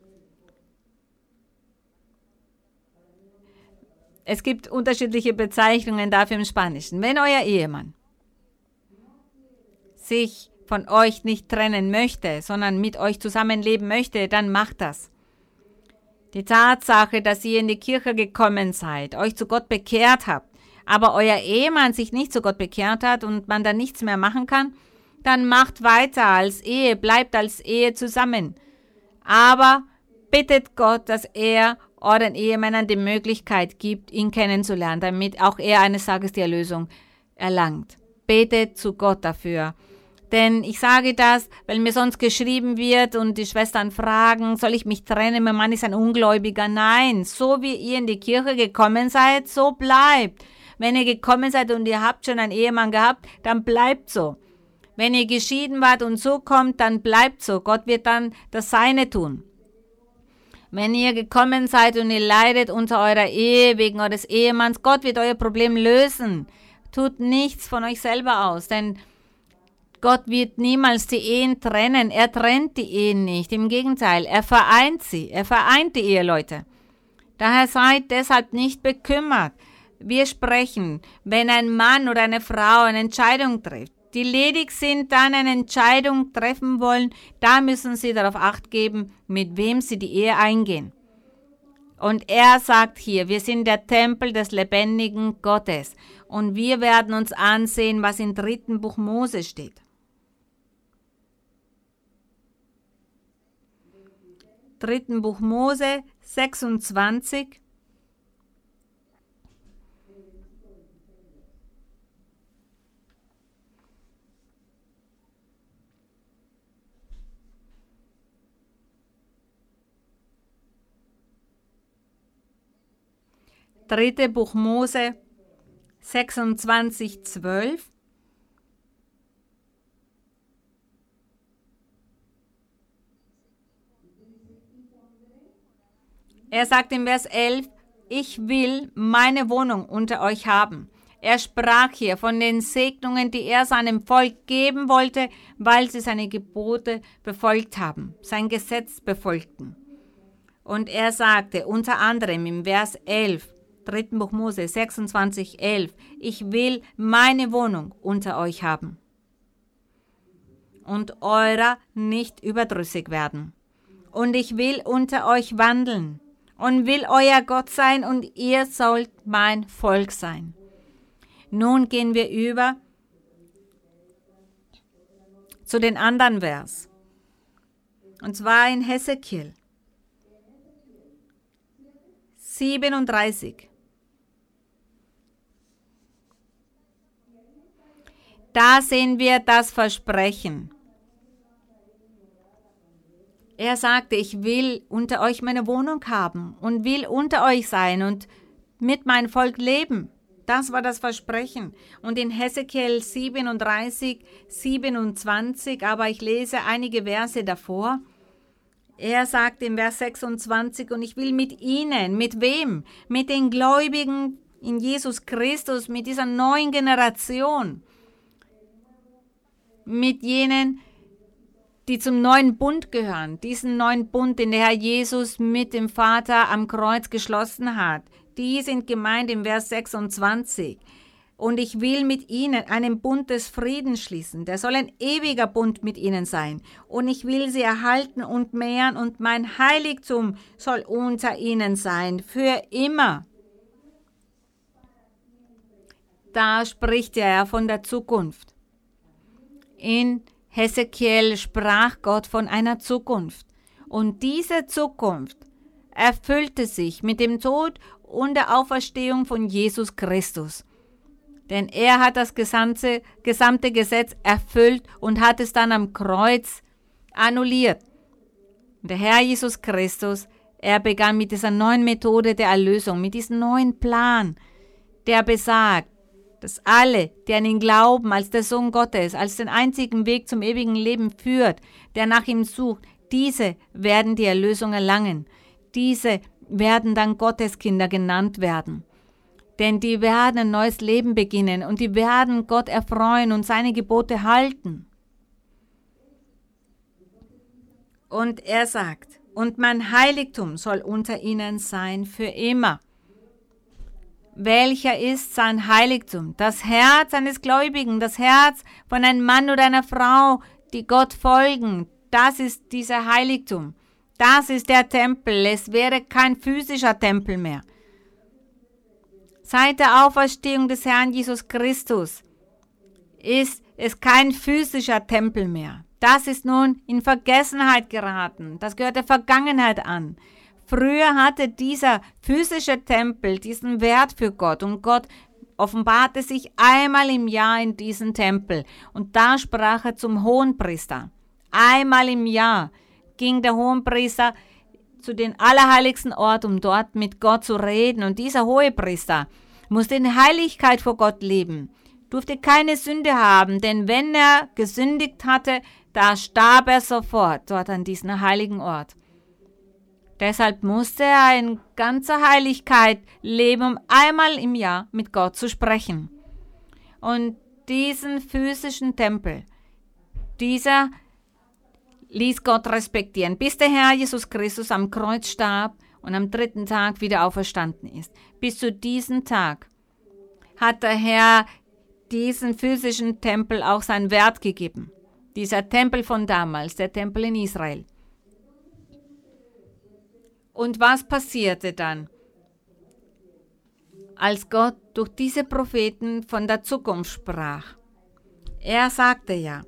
es gibt unterschiedliche Bezeichnungen dafür im Spanischen, wenn euer Ehemann sich von euch nicht trennen möchte, sondern mit euch zusammenleben möchte, dann macht das. Die Tatsache, dass ihr in die Kirche gekommen seid, euch zu Gott bekehrt habt, aber euer Ehemann sich nicht zu Gott bekehrt hat und man dann nichts mehr machen kann, dann macht weiter als Ehe, bleibt als Ehe zusammen. Aber bittet Gott, dass er euren Ehemännern die Möglichkeit gibt, ihn kennenzulernen, damit auch er eines Tages die Erlösung erlangt. Betet zu Gott dafür. Denn ich sage das, weil mir sonst geschrieben wird und die Schwestern fragen, soll ich mich trennen, mein Mann ist ein Ungläubiger. Nein, so wie ihr in die Kirche gekommen seid, so bleibt. Wenn ihr gekommen seid und ihr habt schon einen Ehemann gehabt, dann bleibt so. Wenn ihr geschieden wart und so kommt, dann bleibt so. Gott wird dann das Seine tun. Wenn ihr gekommen seid und ihr leidet unter eurer Ehe wegen eures Ehemanns, Gott wird euer Problem lösen. Tut nichts von euch selber aus, denn Gott wird niemals die Ehen trennen. Er trennt die Ehen nicht. Im Gegenteil, er vereint sie. Er vereint die Eheleute. Daher seid deshalb nicht bekümmert. Wir sprechen, wenn ein Mann oder eine Frau eine Entscheidung trifft, die ledig sind, dann eine Entscheidung treffen wollen, da müssen sie darauf Acht geben, mit wem sie die Ehe eingehen. Und er sagt hier, wir sind der Tempel des lebendigen Gottes. Und wir werden uns ansehen, was im 3. Buch Mose steht. 3. Buch Mose 26. Dritte Buch Mose 26, 12. Er sagt im Vers 11, ich will meine Wohnung unter euch haben. Er sprach hier von den Segnungen, die er seinem Volk geben wollte, weil sie seine Gebote befolgt haben, sein Gesetz befolgten. Und er sagte unter anderem im Vers 11, 3. Buch Mose 26, 11, ich will meine Wohnung unter euch haben und eurer nicht überdrüssig werden. Und ich will unter euch wandeln und will euer Gott sein und ihr sollt mein Volk sein. Nun gehen wir über zu den anderen Vers. Und zwar in Hesekiel 37. Da sehen wir das Versprechen. Er sagte, ich will unter euch meine Wohnung haben und will unter euch sein und mit meinem Volk leben. Das war das Versprechen. Und in Hesekiel 37, 27, aber ich lese einige Verse davor. Er sagt im Vers 26, und ich will mit ihnen, mit wem? Mit den Gläubigen in Jesus Christus, mit dieser neuen Generation. Mit jenen, die zum neuen Bund gehören, diesen neuen Bund, den der Herr Jesus mit dem Vater am Kreuz geschlossen hat. Die sind gemeint im Vers 26. Und ich will mit ihnen einen Bund des Friedens schließen. Der soll ein ewiger Bund mit ihnen sein. Und ich will sie erhalten und mehren und mein Heiligtum soll unter ihnen sein, für immer. Da spricht er von der Zukunft. In Hesekiel sprach Gott von einer Zukunft. Und diese Zukunft erfüllte sich mit dem Tod und der Auferstehung von Jesus Christus. Denn er hat das gesamte Gesetz erfüllt und hat es dann am Kreuz annulliert. Und der Herr Jesus Christus, er begann mit dieser neuen Methode der Erlösung, mit diesem neuen Plan, der besagt, dass alle, die an ihn glauben, als der Sohn Gottes, als den einzigen Weg zum ewigen Leben führt, der nach ihm sucht, diese werden die Erlösung erlangen. Diese werden dann Gotteskinder genannt werden. Denn die werden ein neues Leben beginnen und die werden Gott erfreuen und seine Gebote halten. Und er sagt, und mein Heiligtum soll unter ihnen sein für immer. Welcher ist sein Heiligtum? Das Herz eines Gläubigen, das Herz von einem Mann oder einer Frau, die Gott folgen. Das ist dieser Heiligtum. Das ist der Tempel. Es wäre kein physischer Tempel mehr. Seit der Auferstehung des Herrn Jesus Christus ist es kein physischer Tempel mehr. Das ist nun in Vergessenheit geraten. Das gehört der Vergangenheit an. Früher hatte dieser physische Tempel diesen Wert für Gott und Gott offenbarte sich einmal im Jahr in diesen Tempel und da sprach er zum Hohenpriester. Einmal im Jahr ging der Hohenpriester zu den allerheiligsten Ort, um dort mit Gott zu reden und dieser Hohepriester musste in Heiligkeit vor Gott leben, durfte keine Sünde haben, denn wenn er gesündigt hatte, da starb er sofort dort an diesem heiligen Ort. Deshalb musste er in ganzer Heiligkeit leben, um einmal im Jahr mit Gott zu sprechen. Und diesen physischen Tempel, dieser ließ Gott respektieren, bis der Herr Jesus Christus am Kreuz starb und am 3. Tag wieder auferstanden ist. Bis zu diesem Tag hat der Herr diesen physischen Tempel auch seinen Wert gegeben. Dieser Tempel von damals, der Tempel in Israel. Und was passierte dann, als Gott durch diese Propheten von der Zukunft sprach? Er sagte ja,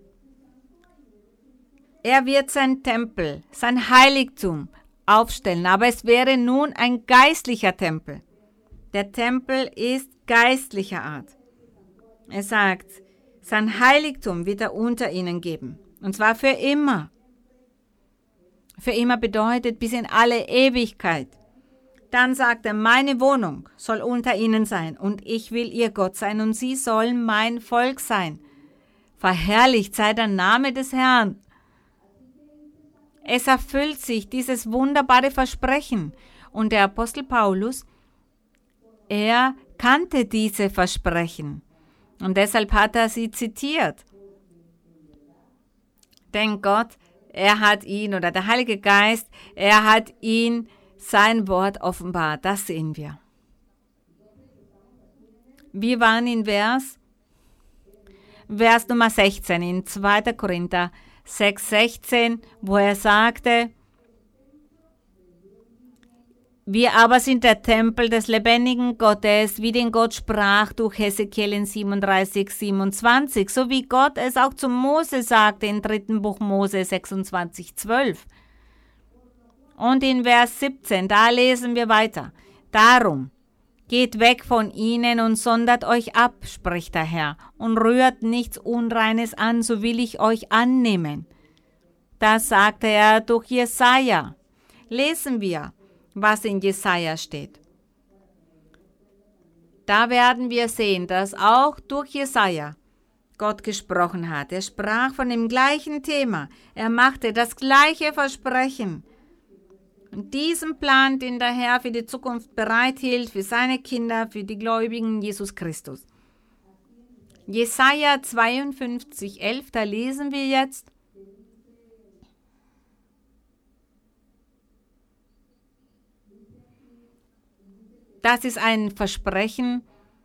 er wird sein Tempel, sein Heiligtum aufstellen, aber es wäre nun ein geistlicher Tempel. Der Tempel ist geistlicher Art. Er sagt, sein Heiligtum wird er unter ihnen geben, und zwar für immer. Für immer bedeutet bis in alle Ewigkeit. Dann sagt er, meine Wohnung soll unter ihnen sein und ich will ihr Gott sein und sie sollen mein Volk sein. Verherrlicht sei der Name des Herrn. Es erfüllt sich dieses wunderbare Versprechen und der Apostel Paulus, er kannte diese Versprechen und deshalb hat er sie zitiert. Denn Gott, er hat ihn, oder der Heilige Geist, er hat ihn sein Wort offenbart. Das sehen wir. Wir waren in Vers Nummer 16 in 2. Korinther 6,16, wo er sagte, wir aber sind der Tempel des lebendigen Gottes, wie den Gott sprach durch Hesekiel in 37,27, so wie Gott es auch zu Mose sagte im 3. Buch Mose 26,12. Und in Vers 17, da lesen wir weiter. Darum, geht weg von ihnen und sondert euch ab, spricht der Herr, und rührt nichts Unreines an, so will ich euch annehmen. Das sagte er durch Jesaja. Lesen wir, was in Jesaja steht. Da werden wir sehen, dass auch durch Jesaja Gott gesprochen hat. Er sprach von dem gleichen Thema. Er machte das gleiche Versprechen. Und diesen Plan, den der Herr für die Zukunft bereithielt, für seine Kinder, für die Gläubigen Jesus Christus. Jesaja 52,11, da lesen wir jetzt. Das ist ein Versprechen,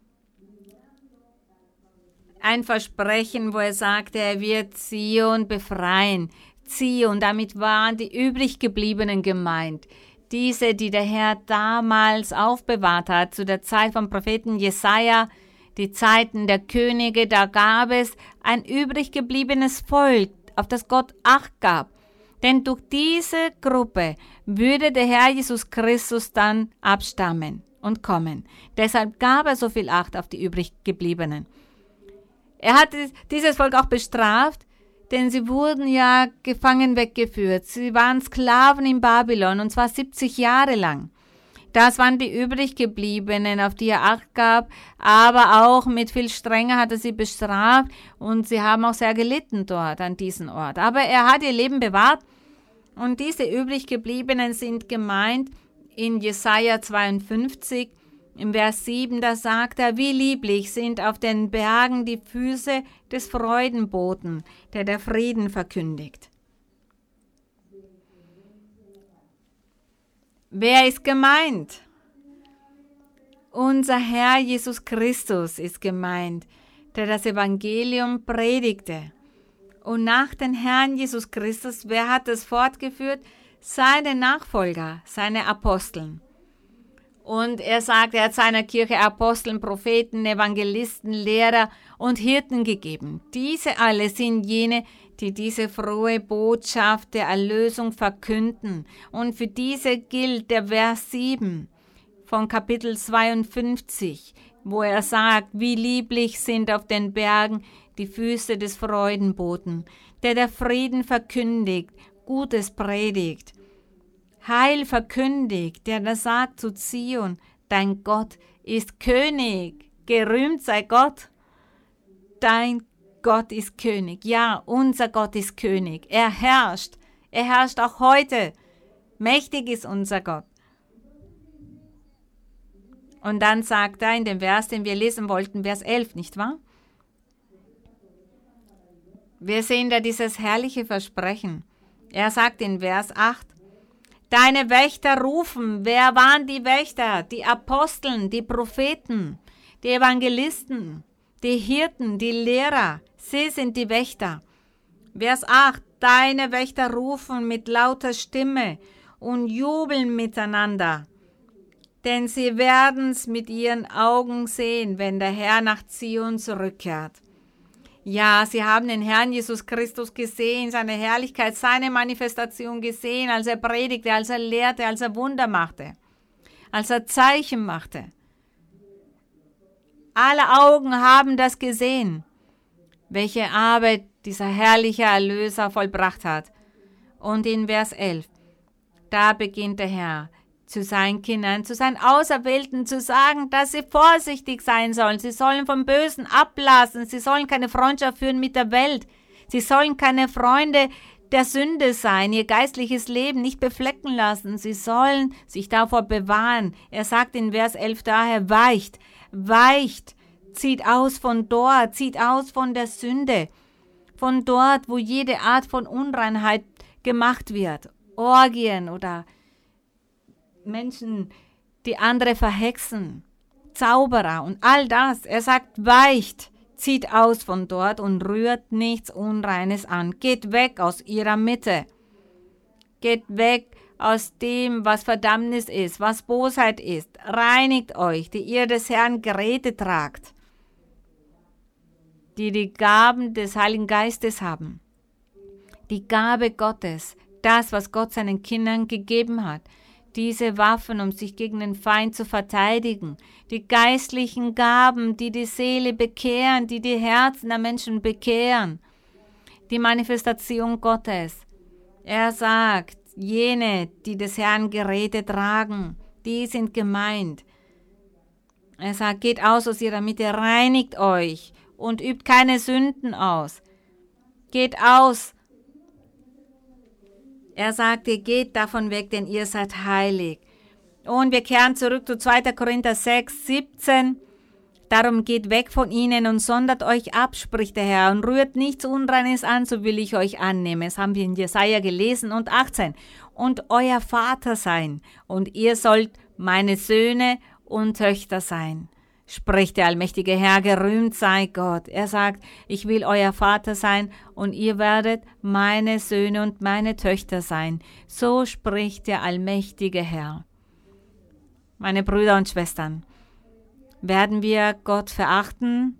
wo er sagte, er wird Zion befreien. Zion, damit waren die übrig gebliebenen gemeint. Diese, die der Herr damals aufbewahrt hat, zu der Zeit vom Propheten Jesaja, die Zeiten der Könige, da gab es ein übrig gebliebenes Volk, auf das Gott Acht gab. Denn durch diese Gruppe würde der Herr Jesus Christus dann abstammen und kommen. Deshalb gab er so viel Acht auf die übrig gebliebenen. Er hat dieses Volk auch bestraft, denn sie wurden ja gefangen weggeführt. Sie waren Sklaven in Babylon, und zwar 70 Jahre lang. Das waren die übrig gebliebenen, auf die er Acht gab, aber auch mit viel Strenge hat er sie bestraft und sie haben auch sehr gelitten dort an diesem Ort. Aber er hat ihr Leben bewahrt und diese übrig gebliebenen sind gemeint in Jesaja 52, im Vers 7, da sagt er, wie lieblich sind auf den Bergen die Füße des Freudenboten, der Frieden verkündigt. Wer ist gemeint? Unser Herr Jesus Christus ist gemeint, der das Evangelium predigte. Und nach dem Herrn Jesus Christus, wer hat es fortgeführt? Seine Nachfolger, seine Aposteln. Und er sagt, er hat seiner Kirche Aposteln, Propheten, Evangelisten, Lehrer und Hirten gegeben. Diese alle sind jene, die diese frohe Botschaft der Erlösung verkünden. Und für diese gilt der Vers 7 von Kapitel 52, wo er sagt, wie lieblich sind auf den Bergen die Füße des Freudenboten, der Frieden verkündigt, Gutes predigt, Heil verkündigt, der da sagt zu Zion, dein Gott ist König, gerühmt sei Gott, dein Gott ist König. Ja, unser Gott ist König, er herrscht auch heute, mächtig ist unser Gott. Und dann sagt er in dem Vers, den wir lesen wollten, Vers 11, nicht wahr? Wir sehen da dieses herrliche Versprechen. Er sagt in Vers 8, deine Wächter rufen. Wer waren die Wächter? Die Aposteln, die Propheten, die Evangelisten, die Hirten, die Lehrer. Sie sind die Wächter. Vers 8, deine Wächter rufen mit lauter Stimme und jubeln miteinander. Denn sie werden's mit ihren Augen sehen, wenn der Herr nach Zion zurückkehrt. Ja, sie haben den Herrn Jesus Christus gesehen, seine Herrlichkeit, seine Manifestation gesehen, als er predigte, als er lehrte, als er Wunder machte, als er Zeichen machte. Alle Augen haben das gesehen, welche Arbeit dieser herrliche Erlöser vollbracht hat. Und in Vers 11, da beginnt der Herr zu seinen Kindern, zu seinen Auserwählten zu sagen, dass sie vorsichtig sein sollen. Sie sollen vom Bösen ablassen. Sie sollen keine Freundschaft führen mit der Welt. Sie sollen keine Freunde der Sünde sein, ihr geistliches Leben nicht beflecken lassen. Sie sollen sich davor bewahren. Er sagt in Vers 11 daher, weicht, zieht aus von dort, zieht aus von der Sünde, von dort, wo jede Art von Unreinheit gemacht wird. Orgien oder Menschen, die andere verhexen, Zauberer und all das. Er sagt, weicht, zieht aus von dort und rührt nichts Unreines an. Geht weg aus ihrer Mitte. Geht weg aus dem, was Verdammnis ist, was Bosheit ist. Reinigt euch, die ihr des Herrn Geräte tragt, die die Gaben des Heiligen Geistes haben. Die Gabe Gottes, das, was Gott seinen Kindern gegeben hat. Diese Waffen, um sich gegen den Feind zu verteidigen, die geistlichen Gaben, die die Seele bekehren, die die Herzen der Menschen bekehren, die Manifestation Gottes. Er sagt, jene, die des Herrn Geräte tragen, die sind gemeint. Er sagt, geht aus ihrer Mitte, reinigt euch und übt keine Sünden aus. Geht aus. Er sagte, geht davon weg, denn ihr seid heilig. Und wir kehren zurück zu 2. Korinther 6, 17. Darum geht weg von ihnen und sondert euch ab, spricht der Herr, und rührt nichts Unreines an, so will ich euch annehmen. Das haben wir in Jesaja gelesen. Und 18. Und euer Vater sein, und ihr sollt meine Söhne und Töchter sein. Spricht der allmächtige Herr, gerühmt sei Gott. Er sagt, ich will euer Vater sein und ihr werdet meine Söhne und meine Töchter sein. So spricht der allmächtige Herr. Meine Brüder und Schwestern, werden wir Gott verachten?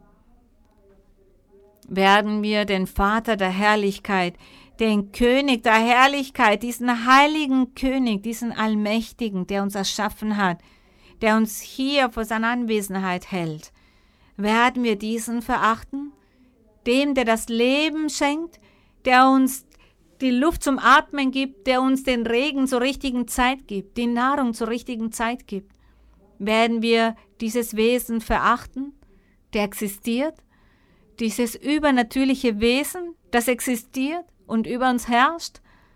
Werden wir den Vater der Herrlichkeit, den König der Herrlichkeit, diesen heiligen König, diesen Allmächtigen, der uns erschaffen hat, der uns hier vor seiner Anwesenheit hält, werden wir diesen verachten? Dem, der das Leben schenkt, der uns die Luft zum Atmen gibt, der uns den Regen zur richtigen Zeit gibt, die Nahrung zur richtigen Zeit gibt. Werden wir dieses Wesen verachten, der existiert? Dieses übernatürliche Wesen, das existiert und über uns herrscht?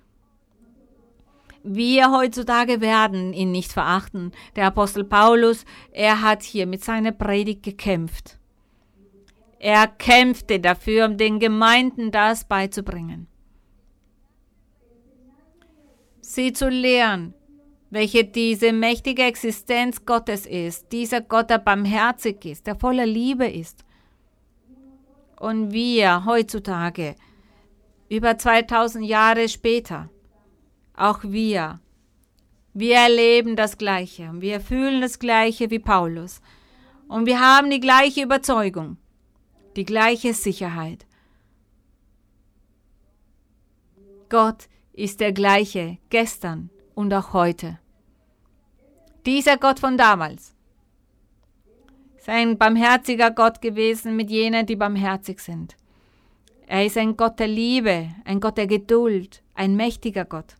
Wir heutzutage werden ihn nicht verachten. Der Apostel Paulus, er hat hier mit seiner Predigt gekämpft. Er kämpfte dafür, um den Gemeinden das beizubringen. Sie zu lehren, welche diese mächtige Existenz Gottes ist, dieser Gott, der barmherzig ist, der voller Liebe ist. Und wir heutzutage, über 2000 Jahre später, auch wir erleben das Gleiche, wir fühlen das Gleiche wie Paulus und wir haben die gleiche Überzeugung, die gleiche Sicherheit. Gott ist der gleiche gestern und auch heute. Dieser Gott von damals ist ein barmherziger Gott gewesen mit jenen, die barmherzig sind. Er ist ein Gott der Liebe, ein Gott der Geduld, ein mächtiger Gott.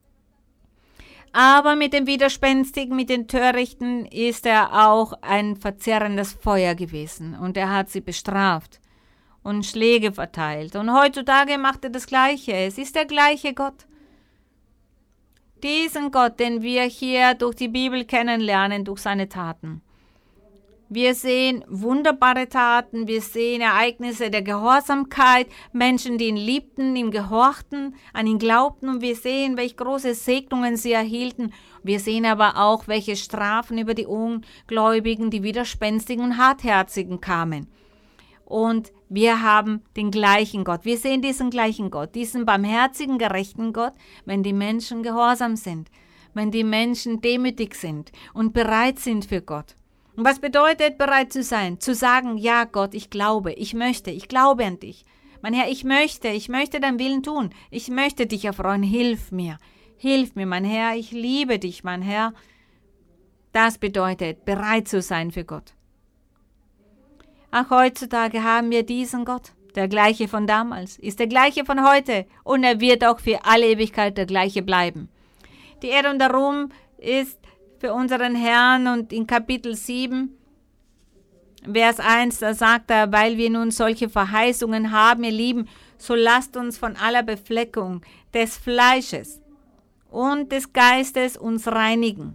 Aber mit dem Widerspenstigen, mit den Törichten ist er auch ein verzehrendes Feuer gewesen und er hat sie bestraft und Schläge verteilt. Und heutzutage macht er das Gleiche. Es ist der gleiche Gott. Diesen Gott, den wir hier durch die Bibel kennenlernen, durch seine Taten. Wir sehen wunderbare Taten, wir sehen Ereignisse der Gehorsamkeit, Menschen, die ihn liebten, ihm gehorchten, an ihn glaubten und wir sehen, welche große Segnungen sie erhielten. Wir sehen aber auch, welche Strafen über die Ungläubigen, die Widerspenstigen und Hartherzigen kamen. Und wir haben den gleichen Gott. Wir sehen diesen gleichen Gott, diesen barmherzigen, gerechten Gott, wenn die Menschen gehorsam sind, wenn die Menschen demütig sind und bereit sind für Gott. Und was bedeutet, bereit zu sein? Zu sagen, ja Gott, ich glaube, ich möchte, ich glaube an dich. Mein Herr, ich möchte deinen Willen tun. Ich möchte dich erfreuen, hilf mir, mein Herr, ich liebe dich, mein Herr. Das bedeutet, bereit zu sein für Gott. Auch heutzutage haben wir diesen Gott, der gleiche von damals, ist der gleiche von heute und er wird auch für alle Ewigkeit der gleiche bleiben. Die Ehre und der Ruhm ist für unseren Herrn und in Kapitel 7, Vers 1, da sagt er, weil wir nun solche Verheißungen haben, ihr Lieben, so lasst uns von aller Befleckung des Fleisches und des Geistes uns reinigen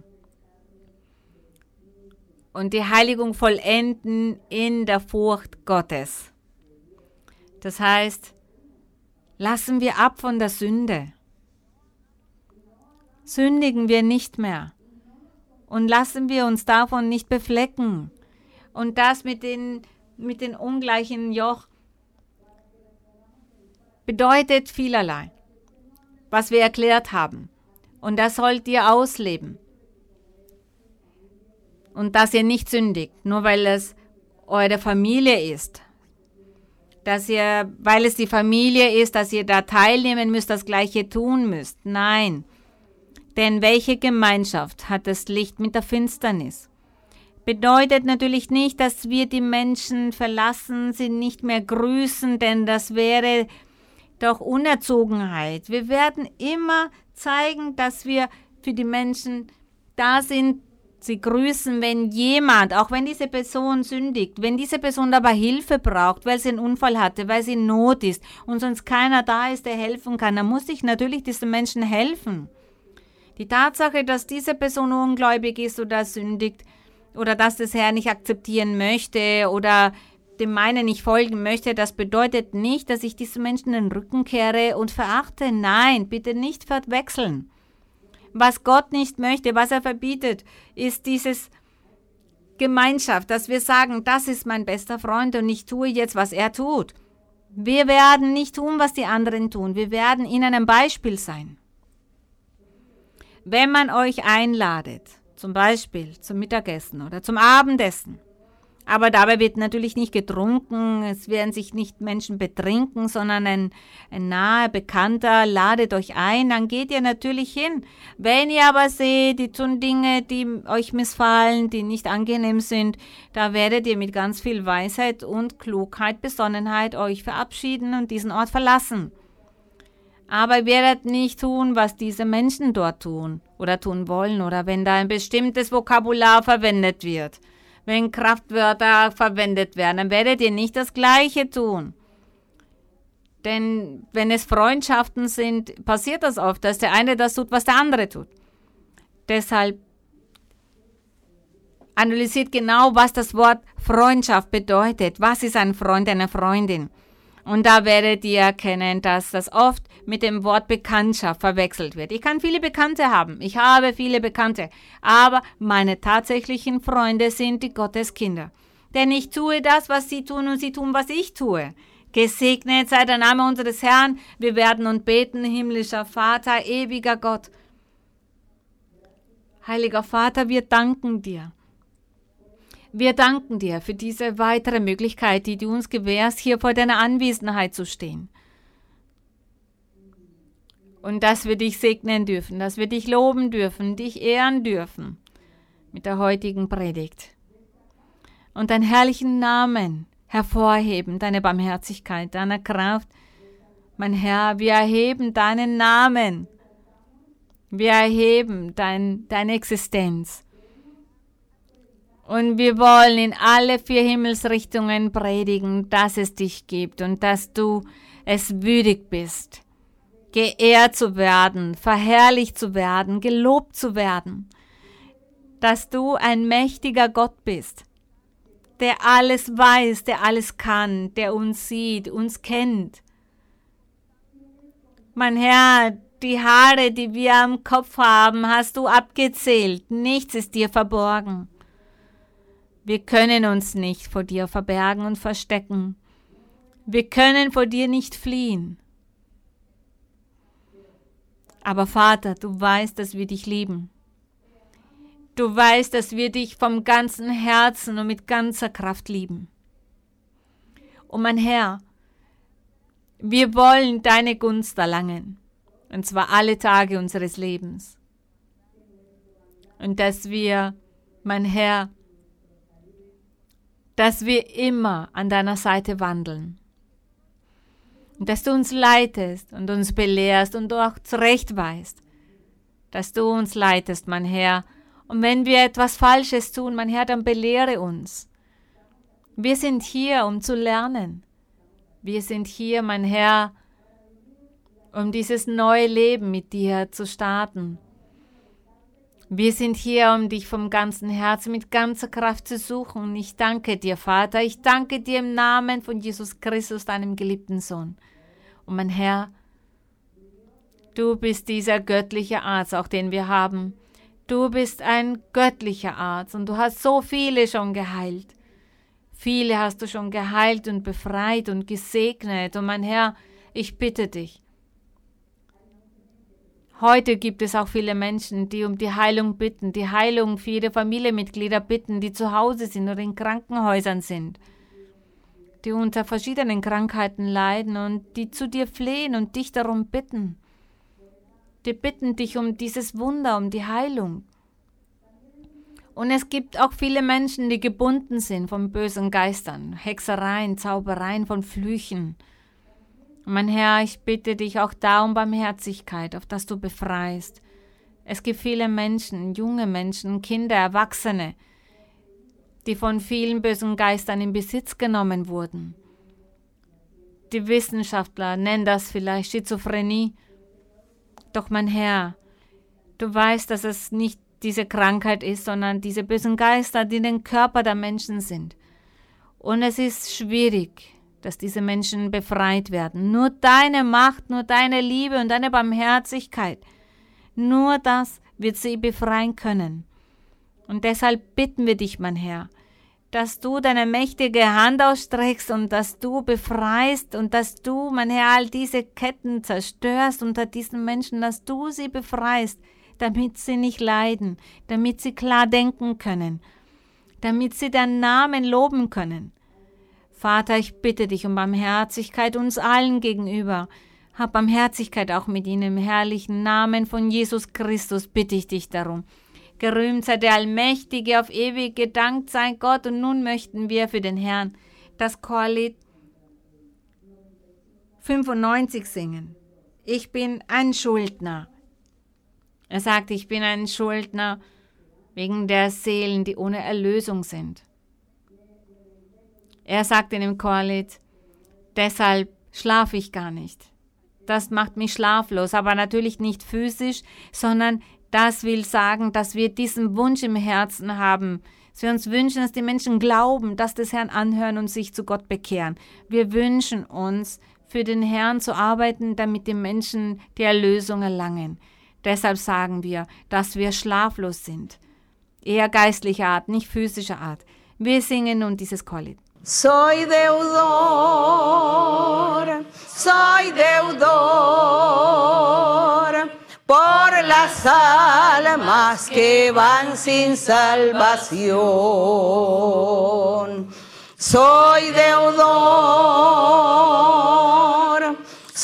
und die Heiligung vollenden in der Furcht Gottes. Das heißt, lassen wir ab von der Sünde. Sündigen wir nicht mehr. Und lassen wir uns davon nicht beflecken. Und das mit den ungleichen Joch bedeutet vielerlei, was wir erklärt haben. Und das sollt ihr ausleben. Und dass ihr nicht sündigt, nur weil es eure Familie ist. Weil es die Familie ist, dass ihr da teilnehmen müsst, das Gleiche tun müsst. Nein. Denn welche Gemeinschaft hat das Licht mit der Finsternis? Bedeutet natürlich nicht, dass wir die Menschen verlassen, sie nicht mehr grüßen, denn das wäre doch Unerzogenheit. Wir werden immer zeigen, dass wir für die Menschen da sind, sie grüßen, wenn jemand, auch wenn diese Person sündigt, wenn diese Person aber Hilfe braucht, weil sie einen Unfall hatte, weil sie in Not ist und sonst keiner da ist, der helfen kann, dann muss ich natürlich diesen Menschen helfen. Die Tatsache, dass diese Person ungläubig ist oder sündigt oder dass das Herr nicht akzeptieren möchte oder dem meinen nicht folgen möchte, das bedeutet nicht, dass ich diesen Menschen den Rücken kehre und verachte. Nein, bitte nicht verwechseln. Was Gott nicht möchte, was er verbietet, ist dieses Gemeinschaft, dass wir sagen, das ist mein bester Freund und ich tue jetzt, was er tut. Wir werden nicht tun, was die anderen tun. Wir werden ihnen ein Beispiel sein. Wenn man euch einladet, zum Beispiel zum Mittagessen oder zum Abendessen, aber dabei wird natürlich nicht getrunken, es werden sich nicht Menschen betrinken, sondern ein naher Bekannter ladet euch ein, dann geht ihr natürlich hin. Wenn ihr aber seht, die tun Dinge, die euch missfallen, die nicht angenehm sind, da werdet ihr mit ganz viel Weisheit und Klugheit, Besonnenheit euch verabschieden und diesen Ort verlassen. Aber ihr werdet nicht tun, was diese Menschen dort tun oder tun wollen oder wenn da ein bestimmtes Vokabular verwendet wird. Wenn Kraftwörter verwendet werden, dann werdet ihr nicht das Gleiche tun. Denn wenn es Freundschaften sind, passiert das oft, dass der eine das tut, was der andere tut. Deshalb analysiert genau, was das Wort Freundschaft bedeutet. Was ist ein Freund, eine Freundin? Und da werdet ihr erkennen, dass das oft mit dem Wort Bekanntschaft verwechselt wird. Ich kann viele Bekannte haben. Ich habe viele Bekannte. Aber meine tatsächlichen Freunde sind die Gotteskinder. Denn ich tue das, was sie tun, und sie tun, was ich tue. Gesegnet sei der Name unseres Herrn. Wir werden und beten, himmlischer Vater, ewiger Gott. Heiliger Vater, wir danken dir. Wir danken dir für diese weitere Möglichkeit, die du uns gewährst, hier vor deiner Anwesenheit zu stehen. Und dass wir dich segnen dürfen, dass wir dich loben dürfen, dich ehren dürfen mit der heutigen Predigt. Und deinen herrlichen Namen hervorheben, deine Barmherzigkeit, deine Kraft. Mein Herr, wir erheben deinen Namen. Wir erheben deine Existenz. Und wir wollen in alle 4 Himmelsrichtungen predigen, dass es dich gibt und dass du es würdig bist, geehrt zu werden, verherrlicht zu werden, gelobt zu werden, dass du ein mächtiger Gott bist, der alles weiß, der alles kann, der uns sieht, uns kennt. Mein Herr, die Haare, die wir am Kopf haben, hast du abgezählt. Nichts ist dir verborgen. Wir können uns nicht vor dir verbergen und verstecken. Wir können vor dir nicht fliehen. Aber Vater, du weißt, dass wir dich lieben. Du weißt, dass wir dich vom ganzen Herzen und mit ganzer Kraft lieben. Und mein Herr, wir wollen deine Gunst erlangen. Und zwar alle Tage unseres Lebens. Und dass wir, mein Herr, dass wir immer an deiner Seite wandeln. Und dass du uns leitest und uns belehrst und auch zurechtweist. Dass du uns leitest, mein Herr. Und wenn wir etwas Falsches tun, mein Herr, dann belehre uns. Wir sind hier, um zu lernen. Wir sind hier, mein Herr, um dieses neue Leben mit dir zu starten. Wir sind hier, um dich vom ganzen Herzen mit ganzer Kraft zu suchen. Und ich danke dir, Vater. Ich danke dir im Namen von Jesus Christus, deinem geliebten Sohn. Und mein Herr, du bist dieser göttliche Arzt, auch den wir haben. Du bist ein göttlicher Arzt und du hast so viele schon geheilt. Viele hast du schon geheilt und befreit und gesegnet. Und mein Herr, ich bitte dich, heute gibt es auch viele Menschen, die um die Heilung bitten, die Heilung für ihre Familienmitglieder bitten, die zu Hause sind oder in Krankenhäusern sind, die unter verschiedenen Krankheiten leiden und die zu dir flehen und dich darum bitten. Die bitten dich um dieses Wunder, um die Heilung. Und es gibt auch viele Menschen, die gebunden sind von bösen Geistern, Hexereien, Zaubereien, von Flüchen. Mein Herr, ich bitte dich auch da um Barmherzigkeit, auf dass du befreist. Es gibt viele Menschen, junge Menschen, Kinder, Erwachsene, die von vielen bösen Geistern in Besitz genommen wurden. Die Wissenschaftler nennen das vielleicht Schizophrenie. Doch mein Herr, du weißt, dass es nicht diese Krankheit ist, sondern diese bösen Geister, die in den Körper der Menschen sind. Und es ist schwierig, dass diese Menschen befreit werden. Nur deine Macht, nur deine Liebe und deine Barmherzigkeit, nur das wird sie befreien können. Und deshalb bitten wir dich, mein Herr, dass du deine mächtige Hand ausstreckst und dass du befreist und dass du, mein Herr, all diese Ketten zerstörst unter diesen Menschen, dass du sie befreist, damit sie nicht leiden, damit sie klar denken können, damit sie deinen Namen loben können. Vater, ich bitte dich um Barmherzigkeit uns allen gegenüber. Hab Barmherzigkeit auch mit ihnen im herrlichen Namen von Jesus Christus, bitte ich dich darum. Gerühmt sei der Allmächtige, auf ewig gedankt sei Gott. Und nun möchten wir für den Herrn das Chorlied 95 singen. Ich bin ein Schuldner. Er sagt, ich bin ein Schuldner wegen der Seelen, die ohne Erlösung sind. Er sagt in dem Chorlied, deshalb schlafe ich gar nicht. Das macht mich schlaflos, aber natürlich nicht physisch, sondern das will sagen, dass wir diesen Wunsch im Herzen haben, dass wir uns wünschen, dass die Menschen glauben, dass das Herrn anhören und sich zu Gott bekehren. Wir wünschen uns, für den Herrn zu arbeiten, damit die Menschen die Erlösung erlangen. Deshalb sagen wir, dass wir schlaflos sind. Eher geistlicher Art, nicht physischer Art. Wir singen nun dieses Chorlied. Soy deudor por las almas que van sin salvación. Soy deudor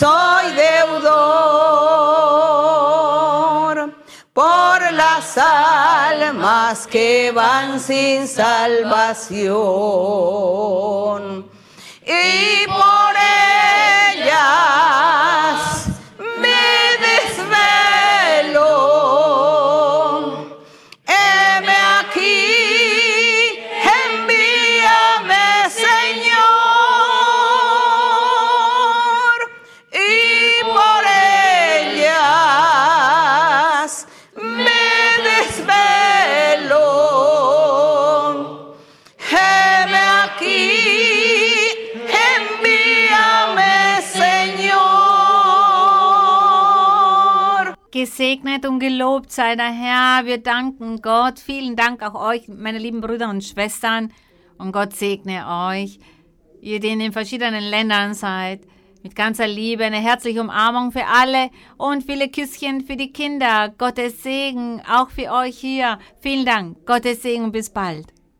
por las almas que van sin salvación. Y por ellas me desvelo. Heme aquí, envíame, Señor. Y por ellas me desvelo. Heme aquí, Gesegnet und gelobt sei der Herr. Wir danken Gott. Vielen Dank auch euch, meine lieben Brüder und Schwestern. Und Gott segne euch, ihr, die in den verschiedenen Ländern seid. Mit ganzer Liebe, eine herzliche Umarmung für alle und viele Küsschen für die Kinder. Gottes Segen auch für euch hier. Vielen Dank. Gottes Segen und bis bald.